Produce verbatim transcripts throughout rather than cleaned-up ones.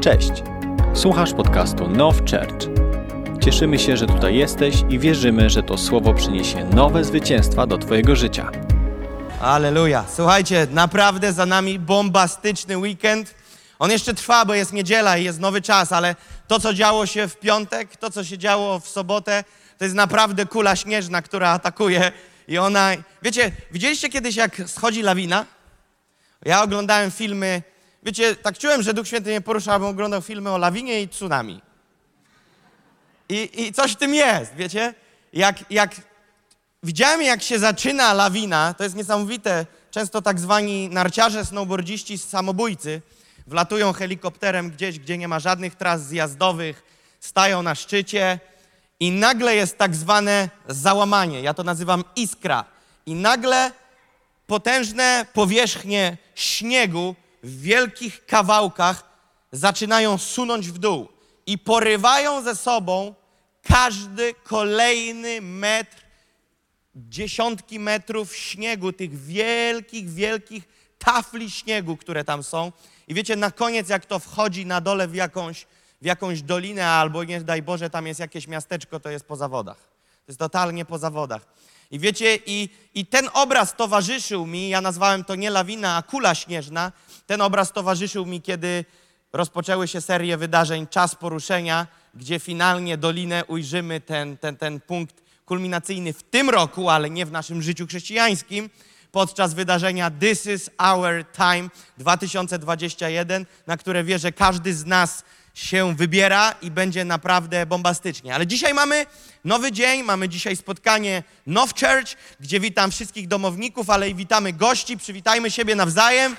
Cześć! Słuchasz podcastu Now Church. Cieszymy się, że tutaj jesteś i wierzymy, że to słowo przyniesie nowe zwycięstwa do Twojego życia. Alleluja. Słuchajcie, naprawdę za nami bombastyczny weekend. On jeszcze trwa, bo jest niedziela i jest nowy czas, ale to, co działo się w piątek, to, co się działo w sobotę, to jest naprawdę kula śnieżna, która atakuje i ona... Wiecie, widzieliście kiedyś, jak schodzi lawina? Ja oglądałem filmy, wiecie, tak czułem, że Duch Święty mnie porusza, bo oglądał filmy o lawinie i tsunami. I, i coś w tym jest, wiecie? Jak, jak widziałem, jak się zaczyna lawina, to jest niesamowite. Często tak zwani narciarze, snowboardziści, samobójcy wlatują helikopterem gdzieś, gdzie nie ma żadnych tras zjazdowych, stają na szczycie i nagle jest tak zwane załamanie. Ja to nazywam iskra. I nagle potężne powierzchnie śniegu w wielkich kawałkach zaczynają sunąć w dół i porywają ze sobą każdy kolejny metr, dziesiątki metrów śniegu, tych wielkich, wielkich tafli śniegu, które tam są. I wiecie, na koniec, jak to wchodzi na dole w jakąś, w jakąś dolinę, albo nie daj Boże, tam jest jakieś miasteczko, to jest po zawodach. To jest totalnie po zawodach. I wiecie, i, i ten obraz towarzyszył mi, ja nazwałem to nie lawina, a kula śnieżna. Ten obraz towarzyszył mi, kiedy rozpoczęły się serie wydarzeń Czas Poruszenia, gdzie finalnie dolinę ujrzymy, ten, ten, ten punkt kulminacyjny w tym roku, ale nie w naszym życiu chrześcijańskim, podczas wydarzenia This is our time dwa tysiące dwudziesty pierwszy, na które wierzę, każdy z nas się wybiera i będzie naprawdę bombastycznie. Ale dzisiaj mamy nowy dzień, mamy dzisiaj spotkanie Now Church, gdzie witam wszystkich domowników, ale i witamy gości, przywitajmy siebie nawzajem.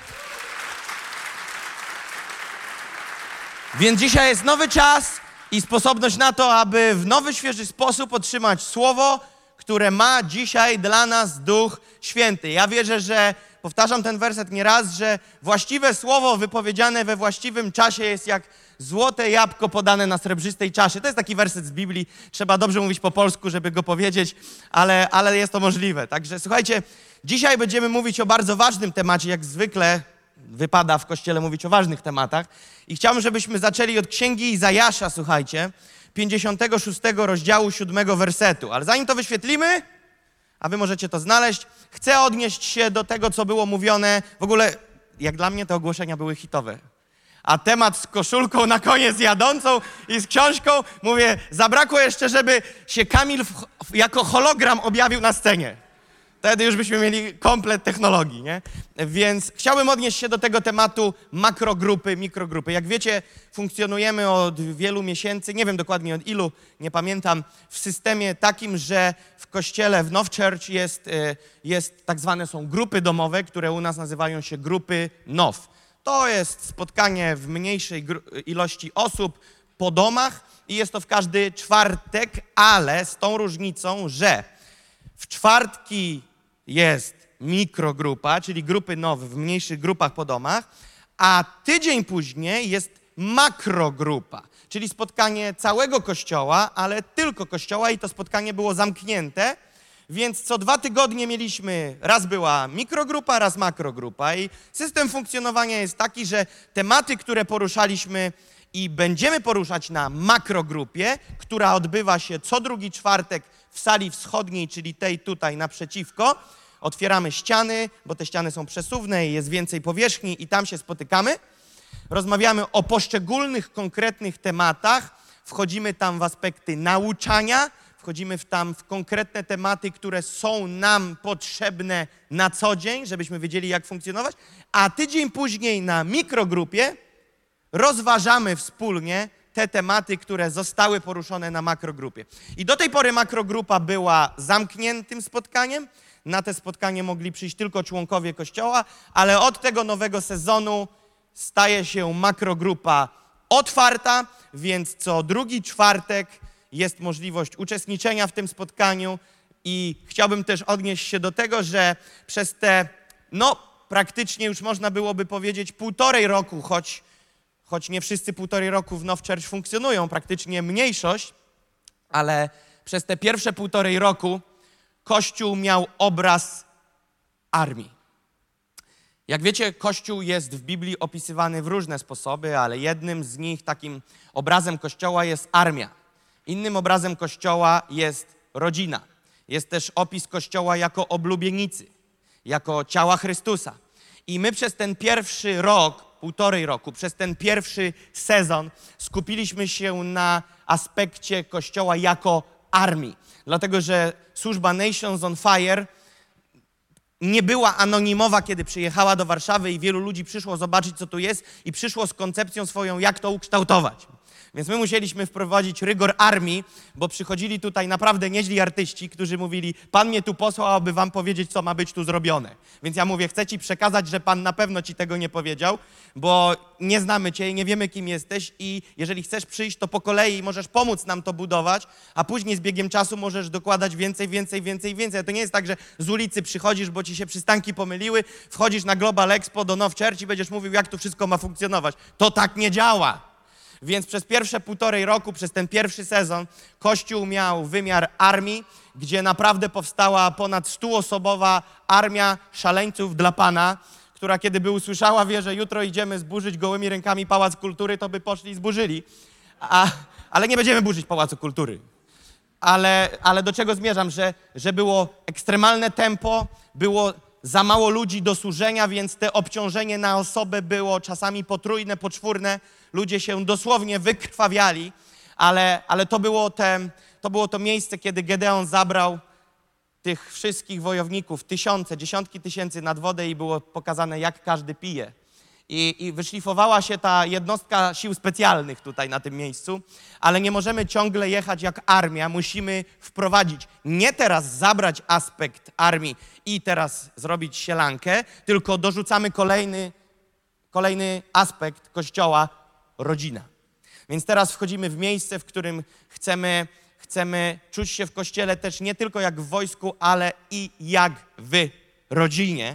Więc dzisiaj jest nowy czas i sposobność na to, aby w nowy, świeży sposób otrzymać słowo, które ma dzisiaj dla nas Duch Święty. Ja wierzę, że, powtarzam ten werset nieraz, że właściwe słowo wypowiedziane we właściwym czasie jest jak złote jabłko podane na srebrzystej czaszy. To jest taki werset z Biblii, trzeba dobrze mówić po polsku, żeby go powiedzieć, ale, ale jest to możliwe. Także słuchajcie, dzisiaj będziemy mówić o bardzo ważnym temacie, jak zwykle wypada w Kościele mówić o ważnych tematach. I chciałbym, żebyśmy zaczęli od Księgi Izajasza, słuchajcie, pięćdziesiątego szóstego rozdziału siódmego wersetu. Ale zanim to wyświetlimy, a wy możecie to znaleźć, chcę odnieść się do tego, co było mówione. W ogóle, jak dla mnie, te ogłoszenia były hitowe. A temat z koszulką na koniec jadącą i z książką, mówię, zabrakło jeszcze, żeby się Kamil w, jako hologram objawił na scenie. Wtedy już byśmy mieli komplet technologii, nie? Więc chciałbym odnieść się do tego tematu makrogrupy, mikrogrupy. Jak wiecie, funkcjonujemy od wielu miesięcy, nie wiem dokładnie od ilu, nie pamiętam, w systemie takim, że w kościele, w Now Church jest, jest tak zwane są grupy domowe, które u nas nazywają się grupy Now. To jest spotkanie w mniejszej ilości osób po domach i jest to w każdy czwartek, ale z tą różnicą, że w czwartki jest mikrogrupa, czyli grupy Now w mniejszych grupach po domach, a tydzień później jest makrogrupa, czyli spotkanie całego kościoła, ale tylko kościoła i to spotkanie było zamknięte, więc co dwa tygodnie mieliśmy, raz była mikrogrupa, raz makrogrupa i system funkcjonowania jest taki, że tematy, które poruszaliśmy i będziemy poruszać na makrogrupie, która odbywa się co drugi czwartek w sali wschodniej, czyli tej tutaj naprzeciwko. Otwieramy ściany, bo te ściany są przesuwne i jest więcej powierzchni i tam się spotykamy. Rozmawiamy o poszczególnych, konkretnych tematach. Wchodzimy tam w aspekty nauczania, wchodzimy w tam w konkretne tematy, które są nam potrzebne na co dzień, żebyśmy wiedzieli, jak funkcjonować. A tydzień później na mikrogrupie rozważamy wspólnie te tematy, które zostały poruszone na makrogrupie. I do tej pory makrogrupa była zamkniętym spotkaniem. Na te spotkanie mogli przyjść tylko członkowie Kościoła, ale od tego nowego sezonu staje się makrogrupa otwarta, więc co drugi czwartek jest możliwość uczestniczenia w tym spotkaniu i chciałbym też odnieść się do tego, że przez te, no praktycznie już można byłoby powiedzieć półtorej roku, choć Choć nie wszyscy półtorej roku w Now Church funkcjonują, praktycznie mniejszość, ale przez te pierwsze półtorej roku Kościół miał obraz armii. Jak wiecie, Kościół jest w Biblii opisywany w różne sposoby, ale jednym z nich, takim obrazem Kościoła jest armia. Innym obrazem Kościoła jest rodzina. Jest też opis Kościoła jako oblubienicy, jako ciała Chrystusa. I my przez ten pierwszy rok, półtorej roku, przez ten pierwszy sezon skupiliśmy się na aspekcie Kościoła jako armii. Dlatego, że służba Nations on Fire nie była anonimowa, kiedy przyjechała do Warszawy i wielu ludzi przyszło zobaczyć, co tu jest i przyszło z koncepcją swoją, jak to ukształtować. Więc my musieliśmy wprowadzić rygor armii, bo przychodzili tutaj naprawdę nieźli artyści, którzy mówili, Pan mnie tu posłał, aby wam powiedzieć, co ma być tu zrobione. Więc ja mówię, chcę ci przekazać, że Pan na pewno ci tego nie powiedział, bo nie znamy cię i nie wiemy, kim jesteś i jeżeli chcesz przyjść, to po kolei możesz pomóc nam to budować, a później z biegiem czasu możesz dokładać więcej, więcej, więcej, więcej. A to nie jest tak, że z ulicy przychodzisz, bo ci się przystanki pomyliły, wchodzisz na Global Expo do Now Church i będziesz mówił, jak tu wszystko ma funkcjonować. To tak nie działa. Więc przez pierwsze półtorej roku, przez ten pierwszy sezon, Kościół miał wymiar armii, gdzie naprawdę powstała ponad stuosobowa armia szaleńców dla Pana, która kiedy by usłyszała, wie, że jutro idziemy zburzyć gołymi rękami Pałac Kultury, to by poszli i zburzyli. A, ale nie będziemy burzyć Pałacu Kultury. Ale, ale do czego zmierzam? Że, że było ekstremalne tempo, było za mało ludzi do służenia, więc te obciążenie na osobę było czasami potrójne, poczwórne. Ludzie się dosłownie wykrwawiali, ale, ale to, było te, to było to miejsce, kiedy Gedeon zabrał tych wszystkich wojowników, tysiące, dziesiątki tysięcy nad wodę i było pokazane, jak każdy pije. I, I wyszlifowała się ta jednostka sił specjalnych tutaj na tym miejscu, ale nie możemy ciągle jechać jak armia. Musimy wprowadzić, nie teraz zabrać aspekt armii i teraz zrobić sielankę, tylko dorzucamy kolejny, kolejny aspekt Kościoła, rodzina. Więc teraz wchodzimy w miejsce, w którym chcemy, chcemy czuć się w Kościele też nie tylko jak w wojsku, ale i jak w rodzinie,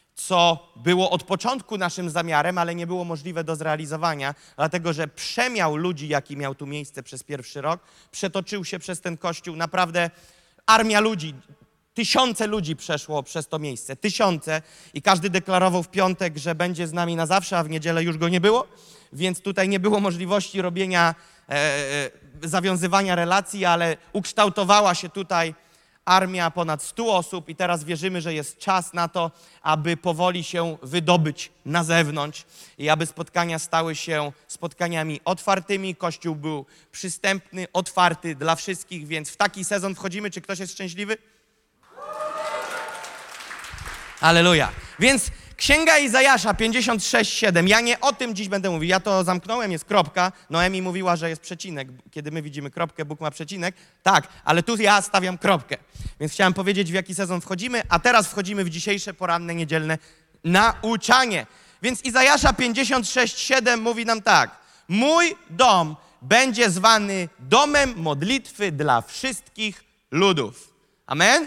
co było od początku naszym zamiarem, ale nie było możliwe do zrealizowania, dlatego że przemiał ludzi, jaki miał tu miejsce przez pierwszy rok, przetoczył się przez ten Kościół, naprawdę armia ludzi, tysiące ludzi przeszło przez to miejsce, tysiące i każdy deklarował w piątek, że będzie z nami na zawsze, a w niedzielę już go nie było, więc tutaj nie było możliwości robienia, e, e, zawiązywania relacji, ale ukształtowała się tutaj armia ponad stu osób i teraz wierzymy, że jest czas na to, aby powoli się wydobyć na zewnątrz i aby spotkania stały się spotkaniami otwartymi. Kościół był przystępny, otwarty dla wszystkich, więc w taki sezon wchodzimy. Czy ktoś jest szczęśliwy? Halleluja. Więc Księga Izajasza pięćdziesiąt sześć, siedem. Ja nie o tym dziś będę mówił. Ja to zamknąłem, jest kropka. Noemi mówiła, że jest przecinek. Kiedy my widzimy kropkę, Bóg ma przecinek. Tak, ale tu ja stawiam kropkę. Więc chciałem powiedzieć, w jaki sezon wchodzimy, a teraz wchodzimy w dzisiejsze poranne, niedzielne nauczanie. Więc Izajasza pięćdziesiąt sześć, siedem mówi nam tak. Mój dom będzie zwany domem modlitwy dla wszystkich ludów. Amen?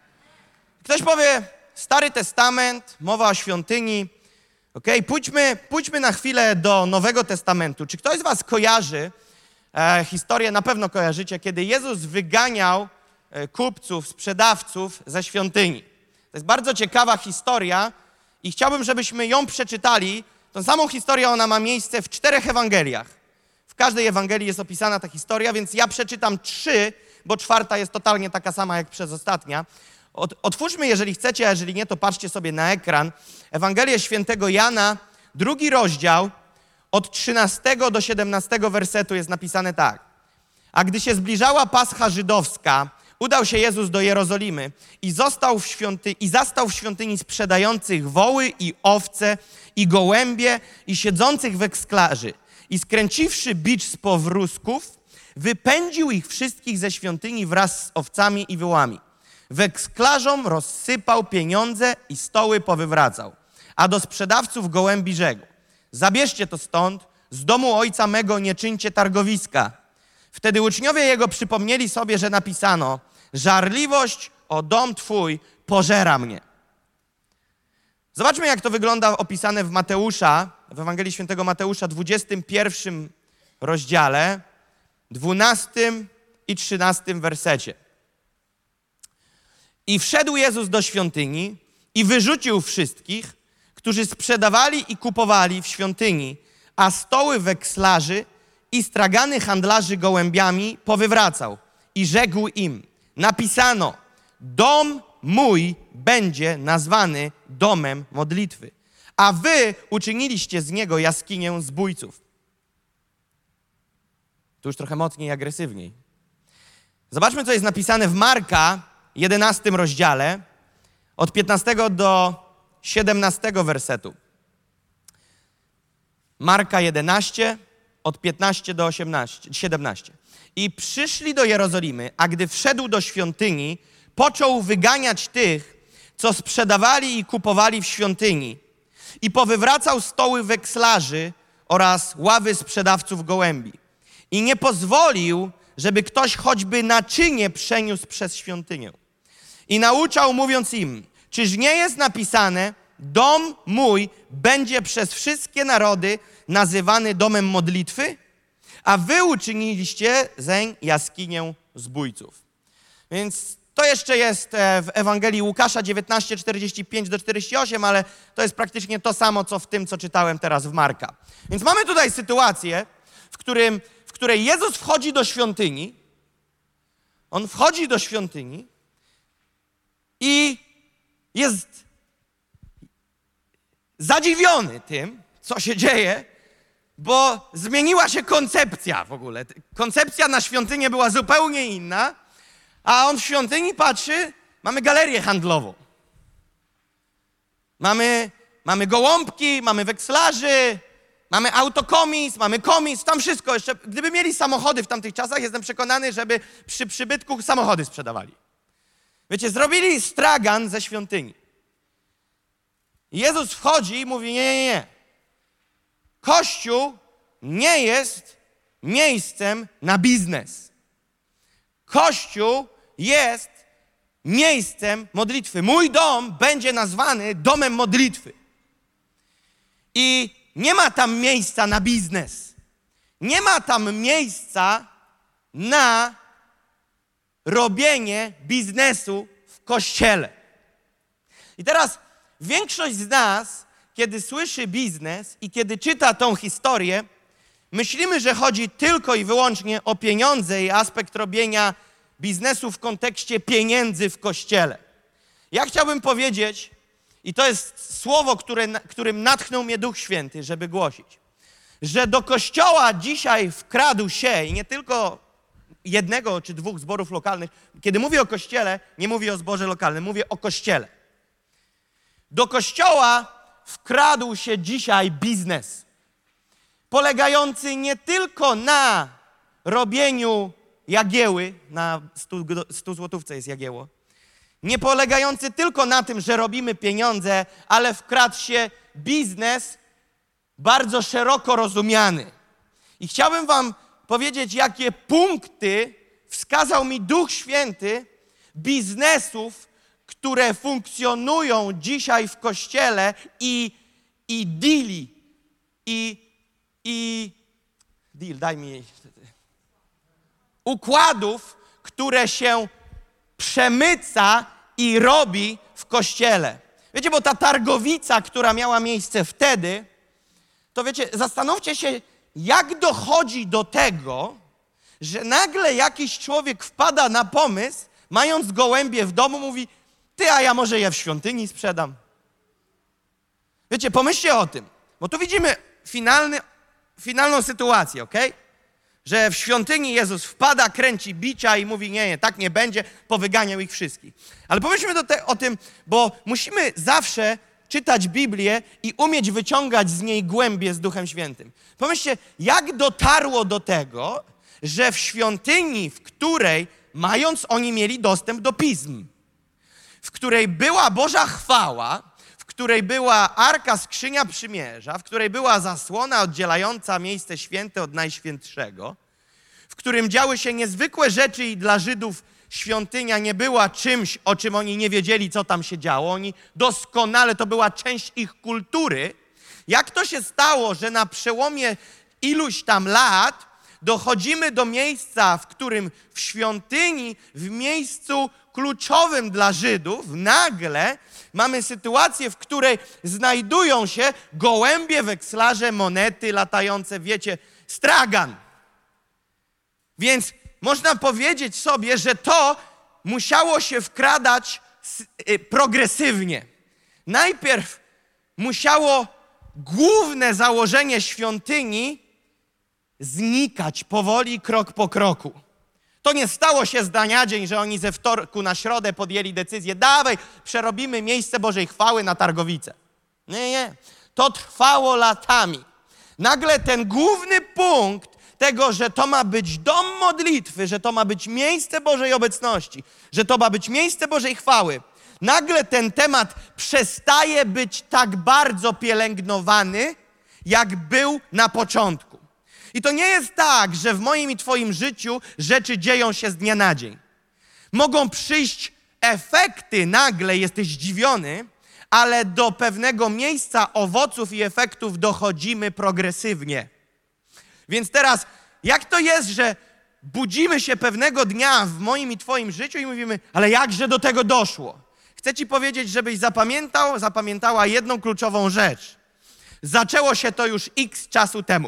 Ktoś powie... Stary Testament, mowa o świątyni. Okay? Pójdźmy, pójdźmy na chwilę do Nowego Testamentu. Czy ktoś z was kojarzy e, historię, na pewno kojarzycie, kiedy Jezus wyganiał e, kupców, sprzedawców ze świątyni. To jest bardzo ciekawa historia i chciałbym, żebyśmy ją przeczytali. Tą samą historię ona ma miejsce w czterech Ewangeliach. W każdej Ewangelii jest opisana ta historia, więc ja przeczytam trzy, bo czwarta jest totalnie taka sama jak przez ostatnia. Otwórzmy, jeżeli chcecie, a jeżeli nie, to patrzcie sobie na ekran. Ewangelię Świętego Jana, drugi rozdział, od trzynastego do siedemnastego wersetu jest napisane tak. A gdy się zbliżała Pascha żydowska, udał się Jezus do Jerozolimy i, został w świąty- i zastał w świątyni sprzedających woły i owce i gołębie i siedzących w eksklarzy. I skręciwszy bicz z powrózków, wypędził ich wszystkich ze świątyni wraz z owcami i wołami. Weksklarzom rozsypał pieniądze i stoły powywracał, a do sprzedawców gołębi rzekł: zabierzcie to stąd, z domu ojca mego nie czyńcie targowiska. Wtedy uczniowie jego przypomnieli sobie, że napisano: żarliwość o dom twój pożera mnie. Zobaczmy, jak to wygląda opisane w Mateusza, w Ewangelii Świętego Mateusza, dwudziestym pierwszym rozdziale, dwunastym i trzynastym wersecie. I wszedł Jezus do świątyni i wyrzucił wszystkich, którzy sprzedawali i kupowali w świątyni, a stoły wekslarzy i stragany handlarzy gołębiami powywracał. I rzekł im, napisano, dom mój będzie nazwany domem modlitwy, a wy uczyniliście z niego jaskinię zbójców. Tu już trochę mocniej i agresywniej. Zobaczmy, co jest napisane w Marka, jedenastym rozdziale, od piętnastego do siedemnastego wersetu. Marka jedenaście, od piętnastego do siedemnastego. I przyszli do Jerozolimy, a gdy wszedł do świątyni, począł wyganiać tych, co sprzedawali i kupowali w świątyni i powywracał stoły wekslarzy oraz ławy sprzedawców gołębi. I nie pozwolił, żeby ktoś choćby naczynie przeniósł przez świątynię. I nauczał, mówiąc im, czyż nie jest napisane, dom mój będzie przez wszystkie narody nazywany domem modlitwy, a wy uczyniliście zeń jaskinię zbójców. Więc to jeszcze jest w Ewangelii Łukasza dziewiętnaście, czterdzieści pięć do czterdziestu ośmiu, ale to jest praktycznie to samo, co w tym, co czytałem teraz w Marka. Więc mamy tutaj sytuację, w, którym, w której Jezus wchodzi do świątyni. On wchodzi do świątyni i jest zadziwiony tym, co się dzieje, bo zmieniła się koncepcja w ogóle. Koncepcja na świątynię była zupełnie inna, a on w świątyni patrzy, mamy galerię handlową. Mamy, mamy gołąbki, mamy wekslarzy, mamy autokomis, mamy komis, tam wszystko jeszcze. Gdyby mieli samochody w tamtych czasach, jestem przekonany, żeby przy przybytku samochody sprzedawali. Wiecie, zrobili stragan ze świątyni. Jezus wchodzi i mówi, nie, nie, nie. Kościół nie jest miejscem na biznes. Kościół jest miejscem modlitwy. Mój dom będzie nazwany domem modlitwy. I nie ma tam miejsca na biznes. Nie ma tam miejsca na robienie biznesu w kościele. I teraz większość z nas, kiedy słyszy biznes i kiedy czyta tą historię, myślimy, że chodzi tylko i wyłącznie o pieniądze i aspekt robienia biznesu w kontekście pieniędzy w kościele. Ja chciałbym powiedzieć, i to jest słowo, które, którym natchnął mnie Duch Święty, żeby głosić, że do kościoła dzisiaj wkradł się, i nie tylko jednego czy dwóch zborów lokalnych, kiedy mówię o kościele, nie mówię o zborze lokalnym, mówię o kościele. Do kościoła wkradł się dzisiaj biznes, polegający nie tylko na robieniu jagieły, na stu złotówce jest jagieło, nie polegający tylko na tym, że robimy pieniądze, ale wkradł się biznes bardzo szeroko rozumiany. I chciałbym wam powiedzieć, jakie punkty wskazał mi Duch Święty biznesów, które funkcjonują dzisiaj w Kościele i, i deali, i, i deal, daj mi układów, które się przemyca i robi w Kościele. Wiecie, bo ta targowica, która miała miejsce wtedy, to wiecie, zastanówcie się, jak dochodzi do tego, że nagle jakiś człowiek wpada na pomysł, mając gołębie w domu, mówi, ty, a ja może je w świątyni sprzedam. Wiecie, pomyślcie o tym, bo tu widzimy finalny, finalną sytuację, okej? Okay? Że w świątyni Jezus wpada, kręci bicia i mówi, nie, nie, tak nie będzie, powyganiał ich wszystkich. Ale pomyślmy do te, o tym, bo musimy zawsze czytać Biblię i umieć wyciągać z niej głębie z Duchem Świętym. Pomyślcie, jak dotarło do tego, że w świątyni, w której, mając oni mieli dostęp do pism, w której była Boża chwała, w której była Arka Skrzynia Przymierza, w której była zasłona oddzielająca miejsce święte od najświętszego, w którym działy się niezwykłe rzeczy i dla Żydów świątynia nie była czymś, o czym oni nie wiedzieli, co tam się działo. Oni doskonale, to była część ich kultury. Jak to się stało, że na przełomie iluś tam lat dochodzimy do miejsca, w którym w świątyni, w miejscu kluczowym dla Żydów, nagle mamy sytuację, w której znajdują się gołębie, wekslarze, monety latające, wiecie, stragan. Więc można powiedzieć sobie, że to musiało się wkradać progresywnie. Najpierw musiało główne założenie świątyni znikać powoli, krok po kroku. To nie stało się z dnia na dzień, że oni ze wtorku na środę podjęli decyzję, dawaj, przerobimy miejsce Bożej chwały na targowicę. Nie, nie. To trwało latami. Nagle ten główny punkt tego, że to ma być dom modlitwy, że to ma być miejsce Bożej obecności, że to ma być miejsce Bożej chwały, nagle ten temat przestaje być tak bardzo pielęgnowany, jak był na początku. I to nie jest tak, że w moim i twoim życiu rzeczy dzieją się z dnia na dzień. Mogą przyjść efekty nagle, jesteś zdziwiony, ale do pewnego miejsca owoców i efektów dochodzimy progresywnie. Więc teraz, jak to jest, że budzimy się pewnego dnia w moim i twoim życiu i mówimy, ale jakże do tego doszło? Chcę ci powiedzieć, żebyś zapamiętał, zapamiętała jedną kluczową rzecz. Zaczęło się to już x czasu temu.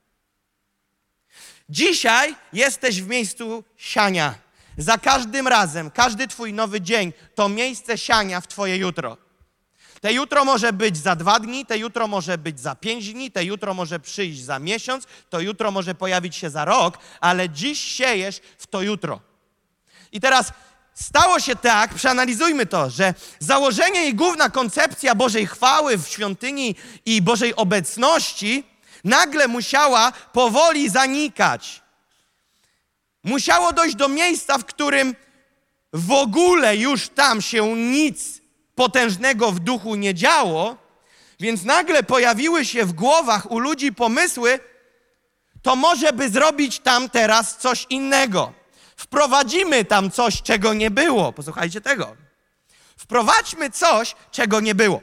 Dzisiaj jesteś w miejscu siania. Za każdym razem, każdy twój nowy dzień to miejsce siania w twoje jutro. Te jutro może być za dwa dni, te jutro może być za pięć dni, te jutro może przyjść za miesiąc, to jutro może pojawić się za rok, ale dziś siejesz w to jutro. I teraz stało się tak, przeanalizujmy to, że założenie i główna koncepcja Bożej chwały w świątyni i Bożej obecności nagle musiała powoli zanikać. Musiało dojść do miejsca, w którym w ogóle już tam się nic potężnego w duchu nie działo, więc nagle pojawiły się w głowach u ludzi pomysły, to może by zrobić tam teraz coś innego. Wprowadzimy tam coś, czego nie było. Posłuchajcie tego. Wprowadźmy coś, czego nie było.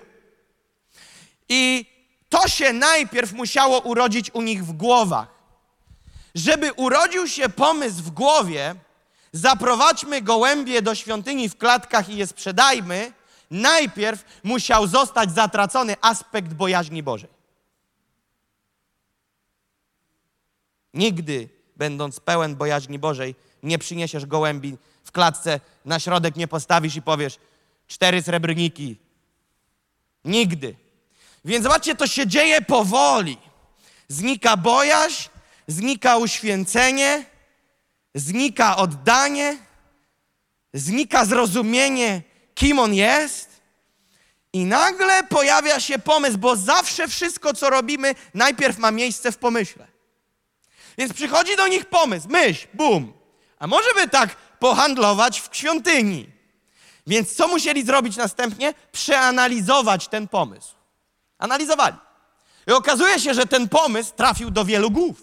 I to się najpierw musiało urodzić u nich w głowach. Żeby urodził się pomysł w głowie, zaprowadźmy gołębie do świątyni w klatkach i je sprzedajmy, najpierw musiał zostać zatracony aspekt bojaźni Bożej. Nigdy, będąc pełen bojaźni Bożej, nie przyniesiesz gołębi w klatce, na środek nie postawisz i powiesz cztery srebrniki. Nigdy. Więc zobaczcie, to się dzieje powoli. Znika bojaźń, znika uświęcenie, znika oddanie, znika zrozumienie, kim on jest i nagle pojawia się pomysł, bo zawsze wszystko, co robimy, najpierw ma miejsce w pomyśle. Więc przychodzi do nich pomysł, myśl, bum, a może by tak pohandlować w świątyni. Więc co musieli zrobić następnie? Przeanalizować ten pomysł. Analizowali. I okazuje się, że ten pomysł trafił do wielu głów.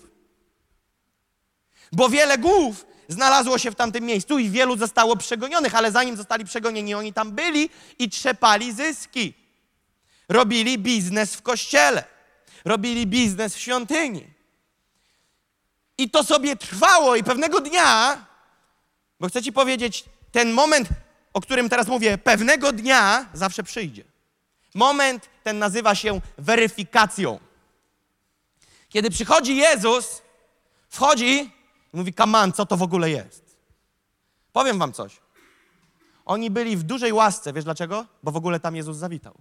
Bo wiele głów znalazło się w tamtym miejscu i wielu zostało przegonionych, ale zanim zostali przegonieni, oni tam byli i trzepali zyski. Robili biznes w kościele. Robili biznes w świątyni. I to sobie trwało i pewnego dnia, bo chcę ci powiedzieć, ten moment, o którym teraz mówię, pewnego dnia zawsze przyjdzie. Moment ten nazywa się weryfikacją. Kiedy przychodzi Jezus, wchodzi i mówi, come on, co to w ogóle jest? Powiem wam coś. Oni byli w dużej łasce, wiesz dlaczego? Bo w ogóle tam Jezus zawitał.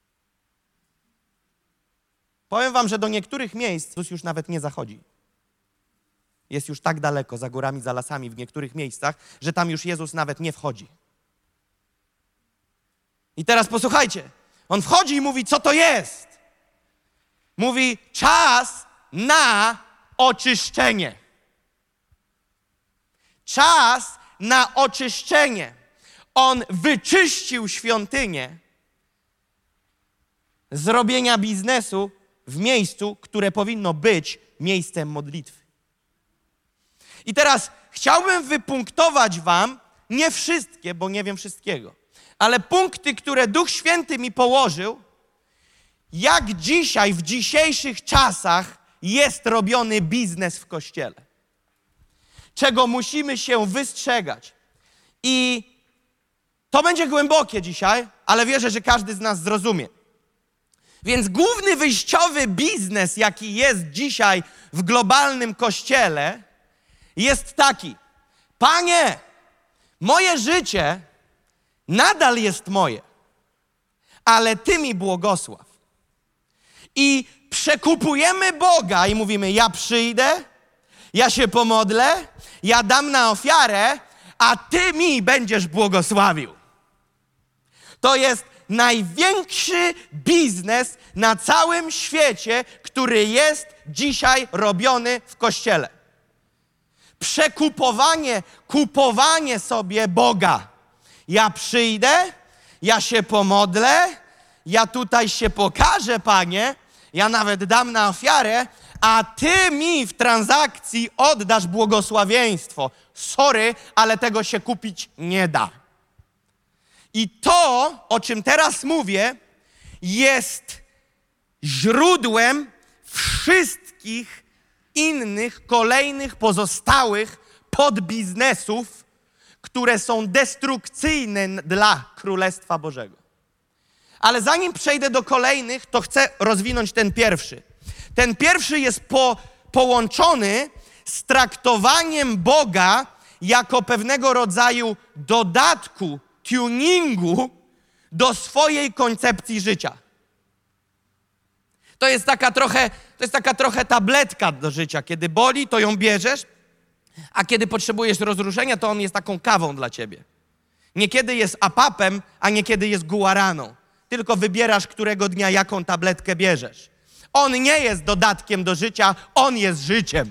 Powiem wam, że do niektórych miejsc Jezus już nawet nie zachodzi. Jest już tak daleko, za górami, za lasami, w niektórych miejscach, że tam już Jezus nawet nie wchodzi. I teraz posłuchajcie. On wchodzi i mówi, co to jest? Mówi, czas na oczyszczenie. Czas na oczyszczenie. On wyczyścił świątynię z robienia biznesu w miejscu, które powinno być miejscem modlitwy. I teraz chciałbym wypunktować wam, nie wszystkie, bo nie wiem wszystkiego, ale punkty, które Duch Święty mi położył, jak dzisiaj, w dzisiejszych czasach jest robiony biznes w Kościele. czego musimy się wystrzegać. I to będzie głębokie dzisiaj, ale wierzę, że każdy z nas zrozumie. Więc główny wyjściowy biznes, jaki jest dzisiaj w globalnym kościele, jest taki: Panie, moje życie nadal jest moje, ale Ty mi błogosław. I przekupujemy Boga i mówimy: ja przyjdę, ja się pomodlę, ja dam na ofiarę, a Ty mi będziesz błogosławił. To jest największy biznes na całym świecie, który jest dzisiaj robiony w Kościele. Przekupowanie, kupowanie sobie Boga. Ja przyjdę, ja się pomodlę, ja tutaj się pokażę, Panie, ja nawet dam na ofiarę, a Ty mi w transakcji oddasz błogosławieństwo. Sorry, ale tego się kupić nie da. I to, o czym teraz mówię, jest źródłem wszystkich innych, kolejnych, pozostałych podbiznesów, które są destrukcyjne dla Królestwa Bożego. Ale zanim przejdę do kolejnych, to chcę rozwinąć ten pierwszy. Ten pierwszy jest po, połączony z traktowaniem Boga jako pewnego rodzaju dodatku, tuningu do swojej koncepcji życia. To jest taka trochę, to jest taka trochę tabletka do życia. Kiedy boli, to ją bierzesz, a kiedy potrzebujesz rozruszenia, to on jest taką kawą dla ciebie. Niekiedy jest apapem, a niekiedy jest guaraną. Tylko wybierasz, którego dnia jaką tabletkę bierzesz. On nie jest dodatkiem do życia, on jest życiem.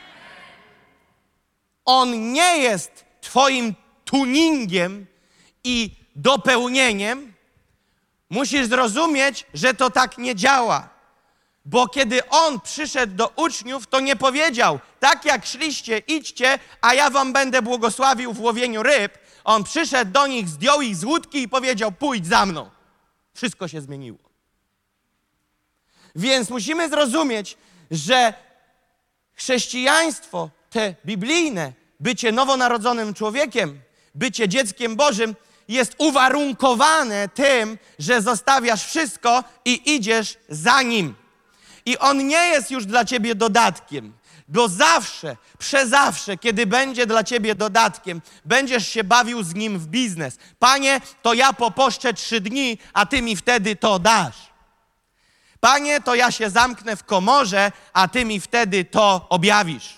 On nie jest twoim tuningiem i dopełnieniem. Musisz zrozumieć, że to tak nie działa. Bo kiedy On przyszedł do uczniów, to nie powiedział: tak jak szliście, idźcie, a ja wam będę błogosławił w łowieniu ryb. On przyszedł do nich, zdjął ich z łódki i powiedział: pójdź za mną. Wszystko się zmieniło. Więc musimy zrozumieć, że chrześcijaństwo, te biblijne, bycie nowonarodzonym człowiekiem, bycie dzieckiem Bożym jest uwarunkowane tym, że zostawiasz wszystko i idziesz za Nim. I On nie jest już dla ciebie dodatkiem, bo zawsze, przezawsze, kiedy będzie dla ciebie dodatkiem, będziesz się bawił z Nim w biznes. Panie, to ja poposzczę trzy dni, a Ty mi wtedy to dasz. Panie, to ja się zamknę w komorze, a Ty mi wtedy to objawisz.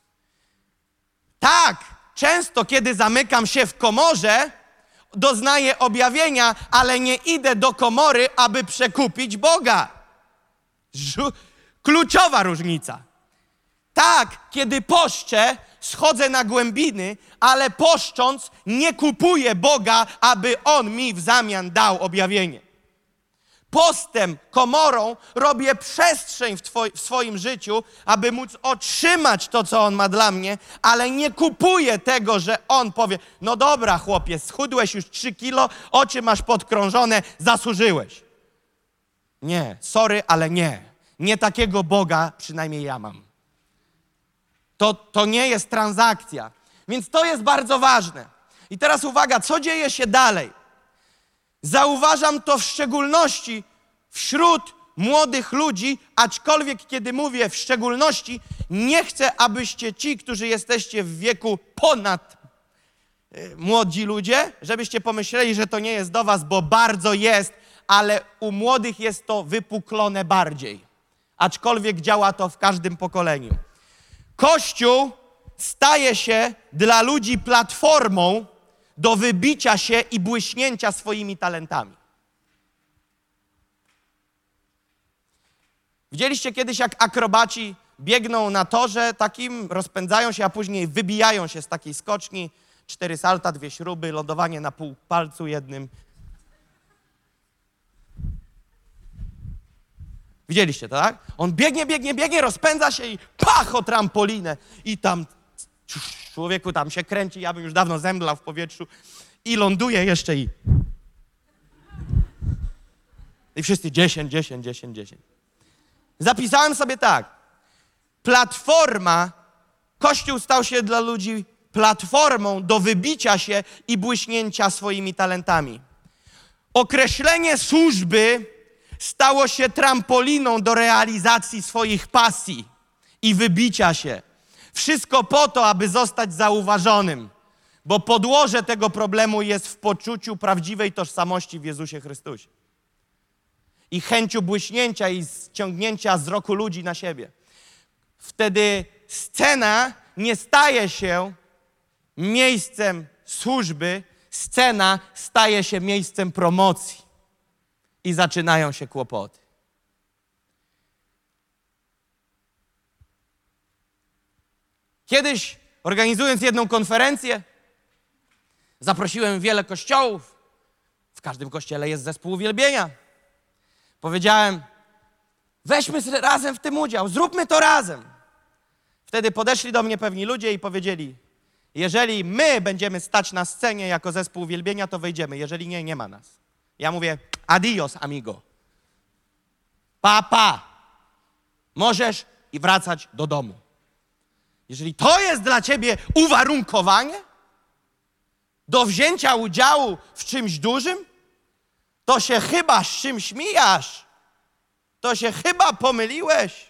Tak, często kiedy zamykam się w komorze, doznaję objawienia, ale nie idę do komory, aby przekupić Boga. Żu- Kluczowa różnica. Tak, kiedy poszczę, schodzę na głębiny, ale poszcząc nie kupuję Boga, aby On mi w zamian dał objawienie. Postem, komorą robię przestrzeń w, twoi- w swoim życiu, aby móc otrzymać to, co On ma dla mnie, ale nie kupuję tego, że On powie: no dobra, chłopie, schudłeś już trzy kilo, oczy masz podkrążone, zasłużyłeś. Nie, sorry, ale nie. Nie takiego Boga przynajmniej ja mam. To, to nie jest transakcja. Więc to jest bardzo ważne. I teraz uwaga, co dzieje się dalej? Zauważam to w szczególności wśród młodych ludzi, aczkolwiek kiedy mówię w szczególności, nie chcę, abyście ci, którzy jesteście w wieku ponad y, młodzi ludzie, żebyście pomyśleli, że to nie jest do was, bo bardzo jest, ale u młodych jest to wypuklone bardziej. Aczkolwiek działa to w każdym pokoleniu. Kościół staje się dla ludzi platformą do wybicia się i błyśnięcia swoimi talentami. Widzieliście kiedyś, jak akrobaci biegną na torze takim, rozpędzają się, a później wybijają się z takiej skoczni, cztery salta, dwie śruby, lądowanie na pół palcu jednym. Widzieliście to, tak? On biegnie, biegnie, biegnie, rozpędza się i pach o trampolinę. I tam człowieku tam się kręci, ja bym już dawno zemdlał w powietrzu. I ląduje jeszcze i... I wszyscy dziesięć, dziesięć, dziesięć, dziesięć. Zapisałem sobie tak. Platforma Kościół stał się dla ludzi platformą do wybicia się i błyśnięcia swoimi talentami. Określenie służby stało się trampoliną do realizacji swoich pasji i wybicia się. Wszystko po to, aby zostać zauważonym, bo podłoże tego problemu jest w poczuciu prawdziwej tożsamości w Jezusie Chrystusie i chęciu błyśnięcia i ściągnięcia wzroku ludzi na siebie. Wtedy scena nie staje się miejscem służby, scena staje się miejscem promocji i zaczynają się kłopoty. Kiedyś, organizując jedną konferencję, zaprosiłem wiele kościołów. W każdym kościele jest zespół uwielbienia. Powiedziałem, weźmy razem w tym udział, zróbmy to razem. Wtedy podeszli do mnie pewni ludzie i powiedzieli, jeżeli my będziemy stać na scenie jako zespół uwielbienia, to wejdziemy. Jeżeli nie, nie ma nas. Ja mówię, adios, amigo. Pa, pa. Możesz i wracać do domu. Jeżeli to jest dla ciebie uwarunkowanie do wzięcia udziału w czymś dużym, to się chyba z czymś mijasz. To się chyba pomyliłeś.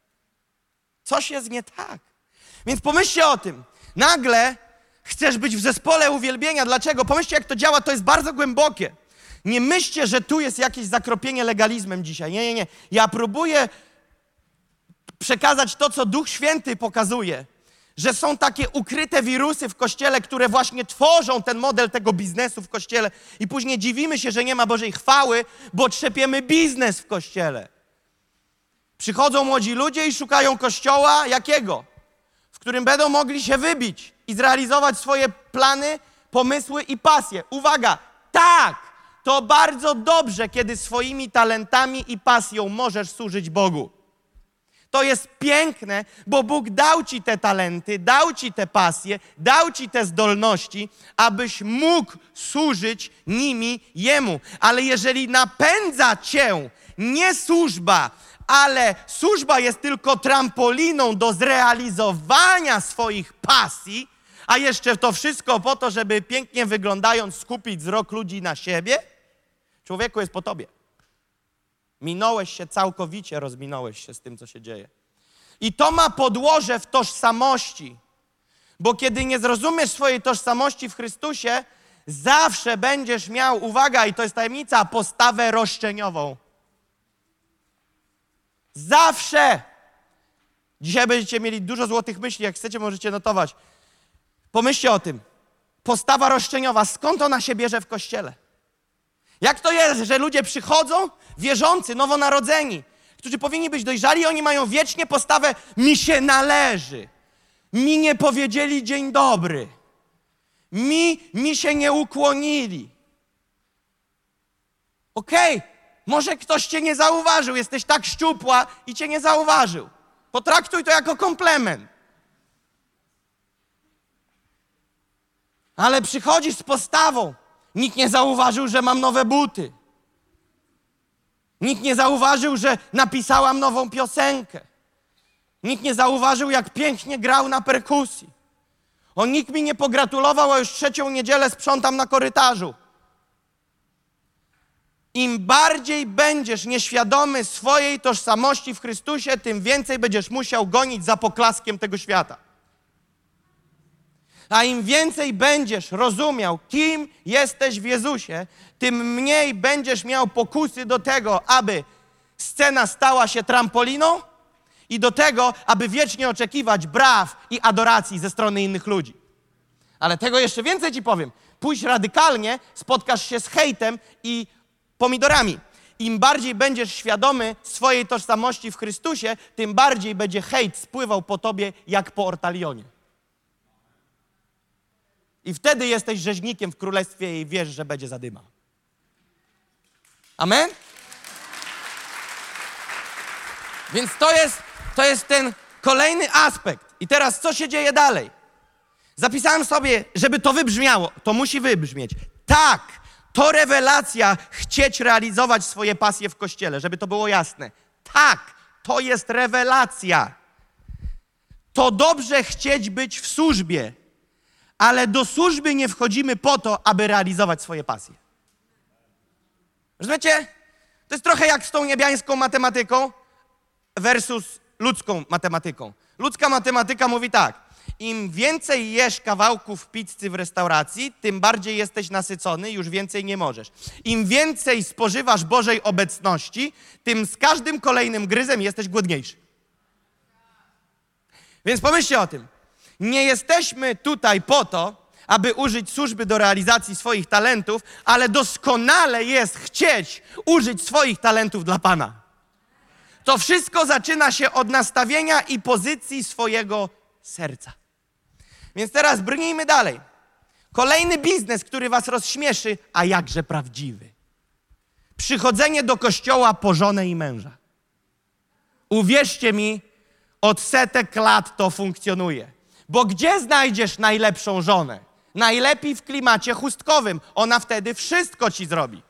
Coś jest nie tak. Więc pomyślcie o tym. Nagle chcesz być w zespole uwielbienia. Dlaczego? Pomyślcie, jak to działa. To jest bardzo głębokie. Nie myślcie, że tu jest jakieś zakropienie legalizmem dzisiaj. Nie, nie, nie. Ja próbuję przekazać to, co Duch Święty pokazuje. Że są takie ukryte wirusy w Kościele, które właśnie tworzą ten model tego biznesu w Kościele. I później dziwimy się, że nie ma Bożej chwały, bo trzepiemy biznes w Kościele. Przychodzą młodzi ludzie i szukają kościoła jakiego? W którym będą mogli się wybić i zrealizować swoje plany, pomysły i pasje. Uwaga, tak, to bardzo dobrze, kiedy swoimi talentami i pasją możesz służyć Bogu. To jest piękne, bo Bóg dał ci te talenty, dał ci te pasje, dał ci te zdolności, abyś mógł służyć nimi Jemu. Ale jeżeli napędza cię nie służba, ale służba jest tylko trampoliną do zrealizowania swoich pasji, a jeszcze to wszystko po to, żeby pięknie wyglądając skupić wzrok ludzi na siebie, człowieku, jest po tobie. Minąłeś się całkowicie, rozminąłeś się z tym, co się dzieje. I to ma podłoże w tożsamości, bo kiedy nie zrozumiesz swojej tożsamości w Chrystusie, zawsze będziesz miał, uwaga, i to jest tajemnica, postawę roszczeniową. Zawsze. Dzisiaj będziecie mieli dużo złotych myśli, jak chcecie, możecie notować. Pomyślcie o tym. Postawa roszczeniowa, skąd ona się bierze w Kościele? Jak to jest, że ludzie przychodzą, wierzący, nowonarodzeni, którzy powinni być dojrzali, oni mają wiecznie postawę mi się należy. Mi nie powiedzieli dzień dobry. Mi, mi się nie ukłonili. Okej, okay. Może ktoś cię nie zauważył, jesteś tak szczupła i cię nie zauważył. Potraktuj to jako komplement. Ale przychodzisz z postawą. Nikt nie zauważył, że mam nowe buty. Nikt nie zauważył, że napisałam nową piosenkę. Nikt nie zauważył, jak pięknie grał na perkusji. O, nikt mi nie pogratulował, a już trzecią niedzielę sprzątam na korytarzu. Im bardziej będziesz nieświadomy swojej tożsamości w Chrystusie, tym więcej będziesz musiał gonić za poklaskiem tego świata. A im więcej będziesz rozumiał, kim jesteś w Jezusie, tym mniej będziesz miał pokusy do tego, aby scena stała się trampoliną i do tego, aby wiecznie oczekiwać braw i adoracji ze strony innych ludzi. Ale tego jeszcze więcej ci powiem. Pójdź radykalnie, spotkasz się z hejtem i pomidorami. Im bardziej będziesz świadomy swojej tożsamości w Chrystusie, tym bardziej będzie hejt spływał po tobie jak po ortalionie. I wtedy jesteś rzeźnikiem w królestwie i wiesz, że będzie zadyma. Amen? Więc to jest, to jest ten kolejny aspekt. I teraz co się dzieje dalej? Zapisałem sobie, żeby to wybrzmiało. To musi wybrzmieć. Tak, to rewelacja chcieć realizować swoje pasje w Kościele, żeby to było jasne. Tak, to jest rewelacja. To dobrze chcieć być w służbie, ale do służby nie wchodzimy po to, aby realizować swoje pasje. Rozumiecie? To jest trochę jak z tą niebiańską matematyką versus ludzką matematyką. Ludzka matematyka mówi tak: im więcej jesz kawałków pizzy w restauracji, tym bardziej jesteś nasycony, już więcej nie możesz. Im więcej spożywasz Bożej obecności, tym z każdym kolejnym gryzem jesteś głodniejszy. Więc pomyślcie o tym. Nie jesteśmy tutaj po to, aby użyć służby do realizacji swoich talentów, ale doskonale jest chcieć użyć swoich talentów dla Pana. To wszystko zaczyna się od nastawienia i pozycji swojego serca. Więc teraz brnijmy dalej. Kolejny biznes, który was rozśmieszy, a jakże prawdziwy. Przychodzenie do kościoła po żonę i męża. Uwierzcie mi, od setek lat to funkcjonuje. Bo gdzie znajdziesz najlepszą żonę? Najlepiej w klimacie chustkowym. Ona wtedy wszystko ci zrobi.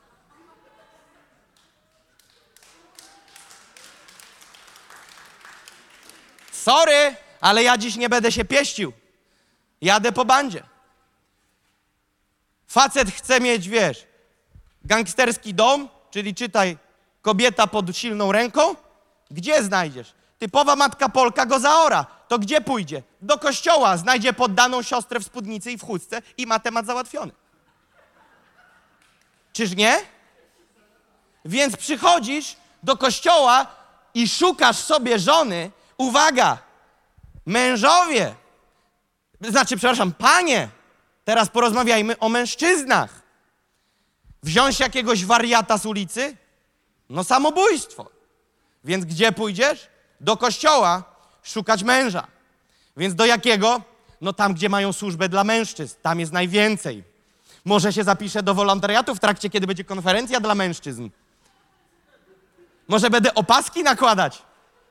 Sorry, ale ja dziś nie będę się pieścił. Jadę po bandzie. Facet chce mieć, wiesz, gangsterski dom, czyli czytaj, kobieta pod silną ręką. Gdzie znajdziesz? Typowa matka Polka go zaora. To gdzie pójdzie? Do kościoła. Znajdzie poddaną siostrę w spódnicy i w chustce i ma temat załatwiony. Czyż nie? Więc przychodzisz do kościoła i szukasz sobie żony. Uwaga! Mężowie! Znaczy, przepraszam, panie! Teraz porozmawiajmy o mężczyznach. Wziąć jakiegoś wariata z ulicy? No samobójstwo. Więc gdzie pójdziesz? Do kościoła szukać męża. Więc do jakiego? No tam, gdzie mają służbę dla mężczyzn. Tam jest najwięcej. Może się zapiszę do wolontariatu w trakcie, kiedy będzie konferencja dla mężczyzn. Może będę opaski nakładać.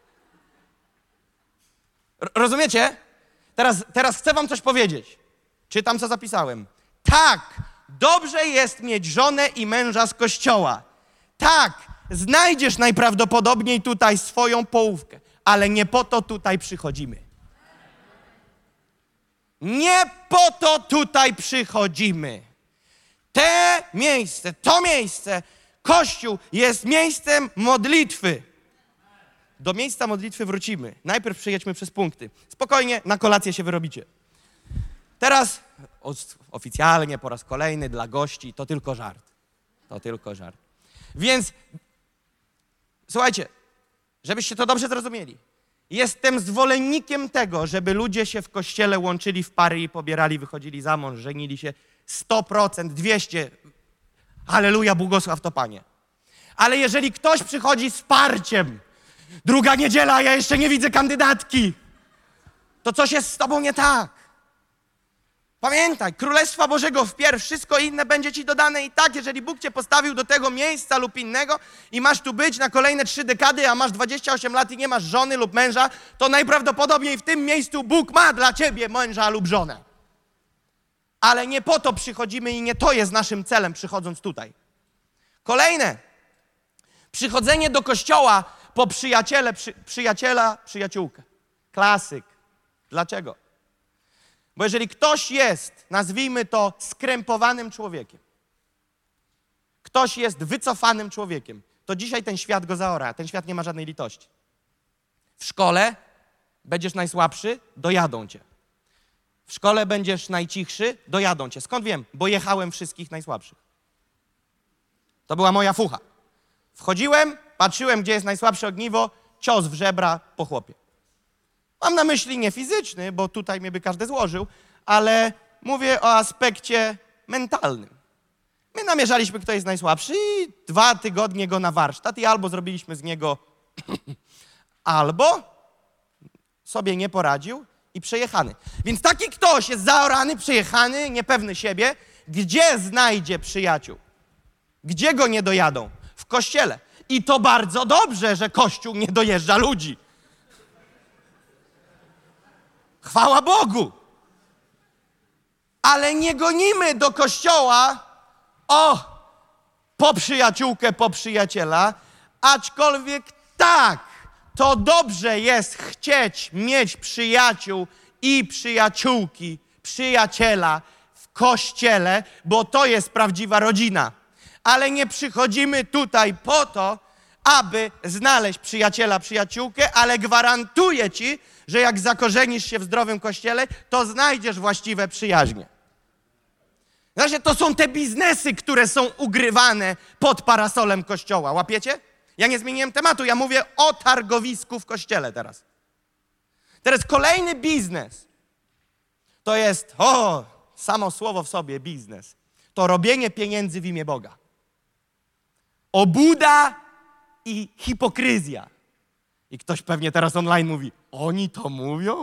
R- rozumiecie? Teraz, teraz chcę wam coś powiedzieć. Czytam, co zapisałem. Tak, dobrze jest mieć żonę i męża z kościoła. Tak, znajdziesz najprawdopodobniej tutaj swoją połówkę, ale nie po to tutaj przychodzimy. Nie po to tutaj przychodzimy. Te miejsce, to miejsce, Kościół jest miejscem modlitwy. Do miejsca modlitwy wrócimy. Najpierw przejedźmy przez punkty. Spokojnie, na kolację się wyrobicie. Teraz oficjalnie po raz kolejny dla gości, to tylko żart. To tylko żart. Więc słuchajcie, żebyście to dobrze zrozumieli. Jestem zwolennikiem tego, żeby ludzie się w kościele łączyli w pary i pobierali, wychodzili za mąż, żenili się sto procent, dwieście procent. Halleluja, błogosław to Panie. Ale jeżeli ktoś przychodzi z parciem, druga niedziela, a ja jeszcze nie widzę kandydatki, to coś jest z tobą nie tak. Pamiętaj, Królestwa Bożego wpierw, wszystko inne będzie ci dodane i tak, jeżeli Bóg cię postawił do tego miejsca lub innego i masz tu być na kolejne trzy dekady, a masz dwadzieścia osiem lat i nie masz żony lub męża, to najprawdopodobniej w tym miejscu Bóg ma dla ciebie męża lub żonę. Ale nie po to przychodzimy i nie to jest naszym celem, przychodząc tutaj. Kolejne. Przychodzenie do kościoła po przyjaciele, przy, przyjaciela, przyjaciółkę. Klasyk. Dlaczego? Bo jeżeli ktoś jest, nazwijmy to, skrępowanym człowiekiem, ktoś jest wycofanym człowiekiem, to dzisiaj ten świat go zaora, a ten świat nie ma żadnej litości. W szkole będziesz najsłabszy, dojadą cię. W szkole będziesz najcichszy, dojadą cię. Skąd wiem? Bo jechałem wszystkich najsłabszych. To była moja fucha. Wchodziłem, patrzyłem, gdzie jest najsłabsze ogniwo, cios w żebra po chłopie. Mam na myśli nie fizyczny, bo tutaj mnie by każdy złożył, ale mówię o aspekcie mentalnym. My namierzaliśmy, kto jest najsłabszy i dwa tygodnie go na warsztat i albo zrobiliśmy z niego albo sobie nie poradził i przejechany. Więc taki ktoś jest zaorany, przejechany, niepewny siebie. Gdzie znajdzie przyjaciół? Gdzie go nie dojadą? W kościele. I to bardzo dobrze, że Kościół nie dojeżdża ludzi. Chwała Bogu. Ale nie gonimy do kościoła o, po przyjaciółkę, po przyjaciela, aczkolwiek tak, to dobrze jest chcieć mieć przyjaciół i przyjaciółki, przyjaciela w Kościele, bo to jest prawdziwa rodzina. Ale nie przychodzimy tutaj po to, aby znaleźć przyjaciela, przyjaciółkę, ale gwarantuję ci, że jak zakorzenisz się w zdrowym Kościele, to znajdziesz właściwe przyjaźnie. Znaczy, to są te biznesy, które są ugrywane pod parasolem Kościoła. Łapiecie? Ja nie zmieniłem tematu, ja mówię o targowisku w Kościele teraz. Teraz kolejny biznes to jest, o, samo słowo w sobie biznes. To robienie pieniędzy w imię Boga. Obłuda i hipokryzja. I ktoś pewnie teraz online mówi, oni to mówią?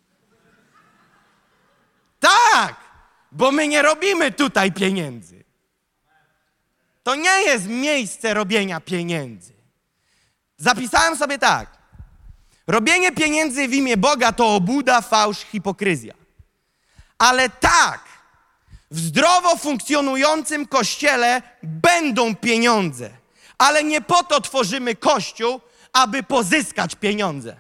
Tak, bo my nie robimy tutaj pieniędzy. To nie jest miejsce robienia pieniędzy. Zapisałem sobie tak. Robienie pieniędzy w imię Boga to obłuda, fałsz, hipokryzja. Ale tak, w zdrowo funkcjonującym Kościele będą pieniądze. Ale nie po to tworzymy Kościół, aby pozyskać pieniądze.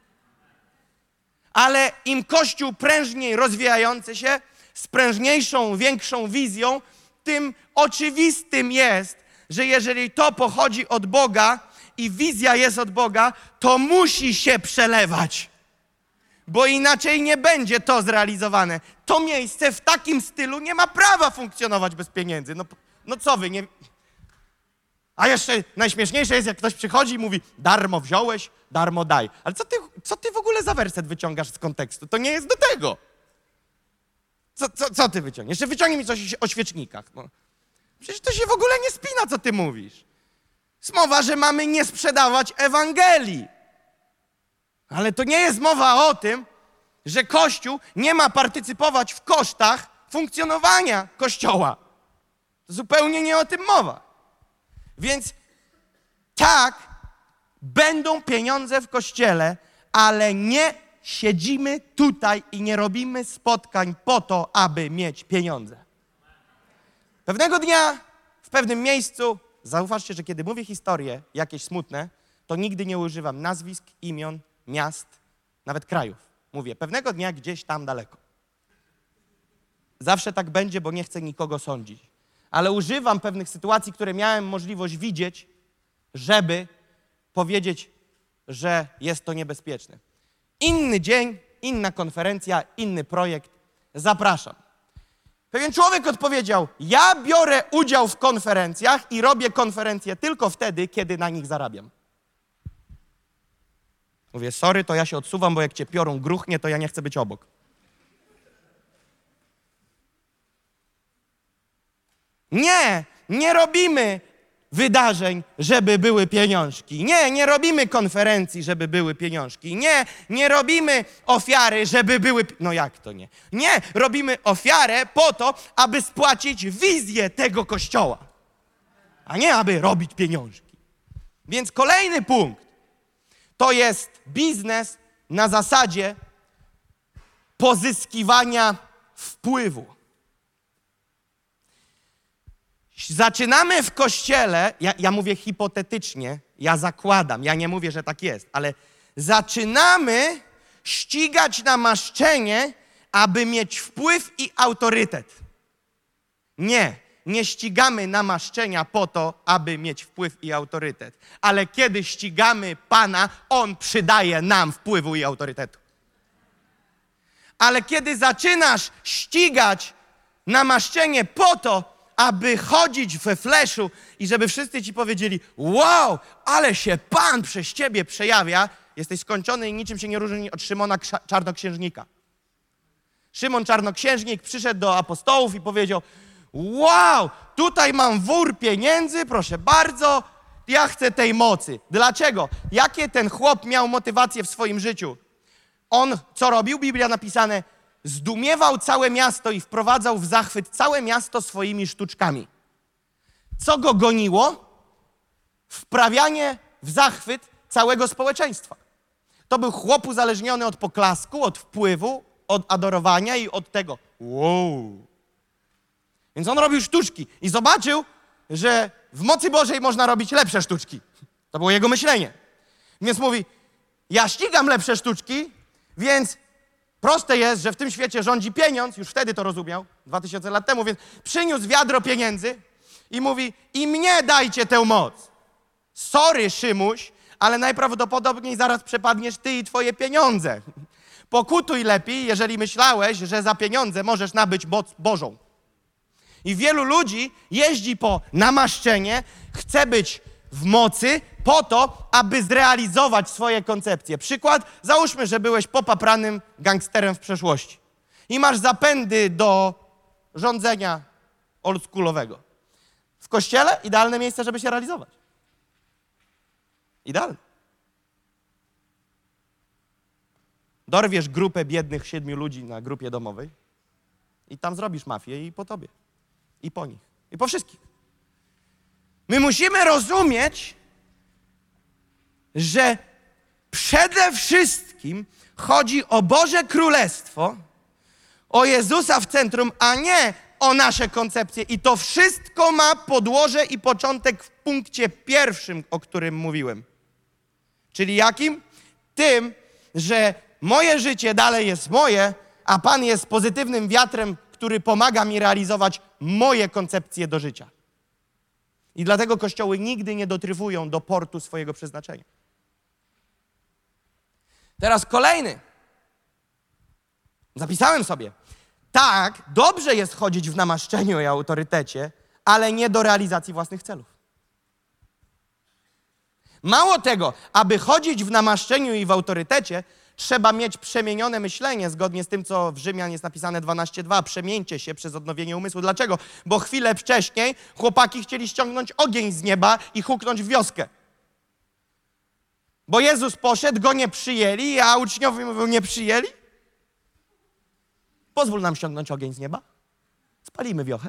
Ale im Kościół prężniej rozwijający się, z prężniejszą, większą wizją, tym oczywistym jest, że jeżeli to pochodzi od Boga i wizja jest od Boga, to musi się przelewać. Bo inaczej nie będzie to zrealizowane. To miejsce w takim stylu nie ma prawa funkcjonować bez pieniędzy. No, no co wy, nie... A jeszcze najśmieszniejsze jest, jak ktoś przychodzi i mówi, darmo wziąłeś, darmo daj. Ale co ty, co ty w ogóle za werset wyciągasz z kontekstu? To nie jest do tego. Co, co, co ty wyciągniesz? Jeszcze wyciągnij mi coś o świecznikach. No. Przecież to się w ogóle nie spina, co ty mówisz. Jest mowa, że mamy nie sprzedawać Ewangelii. Ale to nie jest mowa o tym, że Kościół nie ma partycypować w kosztach funkcjonowania Kościoła. To zupełnie nie o tym mowa. Więc tak, będą pieniądze w Kościele, ale nie siedzimy tutaj i nie robimy spotkań po to, aby mieć pieniądze. Pewnego dnia, w pewnym miejscu, zauważcie, że kiedy mówię historie jakieś smutne, to nigdy nie używam nazwisk, imion, miast, nawet krajów. Mówię, pewnego dnia gdzieś tam daleko. Zawsze tak będzie, bo nie chcę nikogo sądzić. Ale używam pewnych sytuacji, które miałem możliwość widzieć, żeby powiedzieć, że jest to niebezpieczne. Inny dzień, inna konferencja, inny projekt. Zapraszam. Pewien człowiek odpowiedział, ja biorę udział w konferencjach i robię konferencje tylko wtedy, kiedy na nich zarabiam. Mówię, sorry, to ja się odsuwam, bo jak cię piorun gruchnie, to ja nie chcę być obok. Nie, nie robimy wydarzeń, żeby były pieniążki. Nie, nie robimy konferencji, żeby były pieniążki. Nie, nie robimy ofiary, żeby były... No jak to nie? Nie, robimy ofiarę po to, aby spłacić wizję tego Kościoła, a nie aby robić pieniążki. Więc kolejny punkt to jest biznes na zasadzie pozyskiwania wpływu. Zaczynamy w Kościele, ja, ja mówię hipotetycznie, ja zakładam, ja nie mówię, że tak jest, ale zaczynamy ścigać namaszczenie, aby mieć wpływ i autorytet. Nie, nie ścigamy namaszczenia po to, aby mieć wpływ i autorytet. Ale kiedy ścigamy Pana, On przydaje nam wpływu i autorytetu. Ale kiedy zaczynasz ścigać namaszczenie po to, aby chodzić we fleszu i żeby wszyscy ci powiedzieli, wow, ale się Pan przez ciebie przejawia, jesteś skończony i niczym się nie różni od Szymona Czarnoksiężnika. Szymon Czarnoksiężnik przyszedł do apostołów i powiedział, wow, tutaj mam wór pieniędzy, proszę bardzo, ja chcę tej mocy. Dlaczego? Jakie ten chłop miał motywacje w swoim życiu? On co robił? Biblia napisane, zdumiewał całe miasto i wprowadzał w zachwyt całe miasto swoimi sztuczkami. Co go goniło? Wprawianie w zachwyt całego społeczeństwa. To był chłop uzależniony od poklasku, od wpływu, od adorowania i od tego. Wow. Więc on robił sztuczki i zobaczył, że w mocy Bożej można robić lepsze sztuczki. To było jego myślenie. Więc mówi, Ja ścigam lepsze sztuczki, więc proste jest, że w tym świecie rządzi pieniądz, już wtedy to rozumiał, dwa tysiące lat temu, więc przyniósł wiadro pieniędzy i mówi, i mnie dajcie tę moc. Sorry, Szymuś, ale najprawdopodobniej zaraz przepadniesz ty i twoje pieniądze. Pokutuj lepiej, jeżeli myślałeś, że za pieniądze możesz nabyć moc Bożą. I wielu ludzi jeździ po namaszczenie, chce być w mocy po to, aby zrealizować swoje koncepcje. Przykład, załóżmy, że byłeś popapranym gangsterem w przeszłości i masz zapędy do rządzenia oldschoolowego. W kościele idealne miejsce, żeby się realizować. Idealne. Dorwiesz grupę biednych siedmiu ludzi na grupie domowej i tam zrobisz mafię i po tobie, i po nich, i po wszystkich. My musimy rozumieć, że przede wszystkim chodzi o Boże Królestwo, o Jezusa w centrum, a nie o nasze koncepcje. I to wszystko ma podłoże i początek w punkcie pierwszym, o którym mówiłem. Czyli jakim? Tym, że moje życie dalej jest moje, a Pan jest pozytywnym wiatrem, który pomaga mi realizować moje koncepcje do życia. I dlatego kościoły nigdy nie dotryfują do portu swojego przeznaczenia. Teraz kolejny. Zapisałem sobie. Tak, dobrze jest chodzić w namaszczeniu i autorytecie, ale nie do realizacji własnych celów. Mało tego, aby chodzić w namaszczeniu i w autorytecie, trzeba mieć przemienione myślenie, zgodnie z tym, co w Rzymian jest napisane dwanaście dwa. Przemieńcie się przez odnowienie umysłu. Dlaczego? Bo chwilę wcześniej chłopaki chcieli ściągnąć ogień z nieba i huknąć w wioskę. Bo Jezus poszedł, go nie przyjęli, a uczniowie mówią, nie przyjęli? Pozwól nam ściągnąć ogień z nieba. Spalimy wiochę.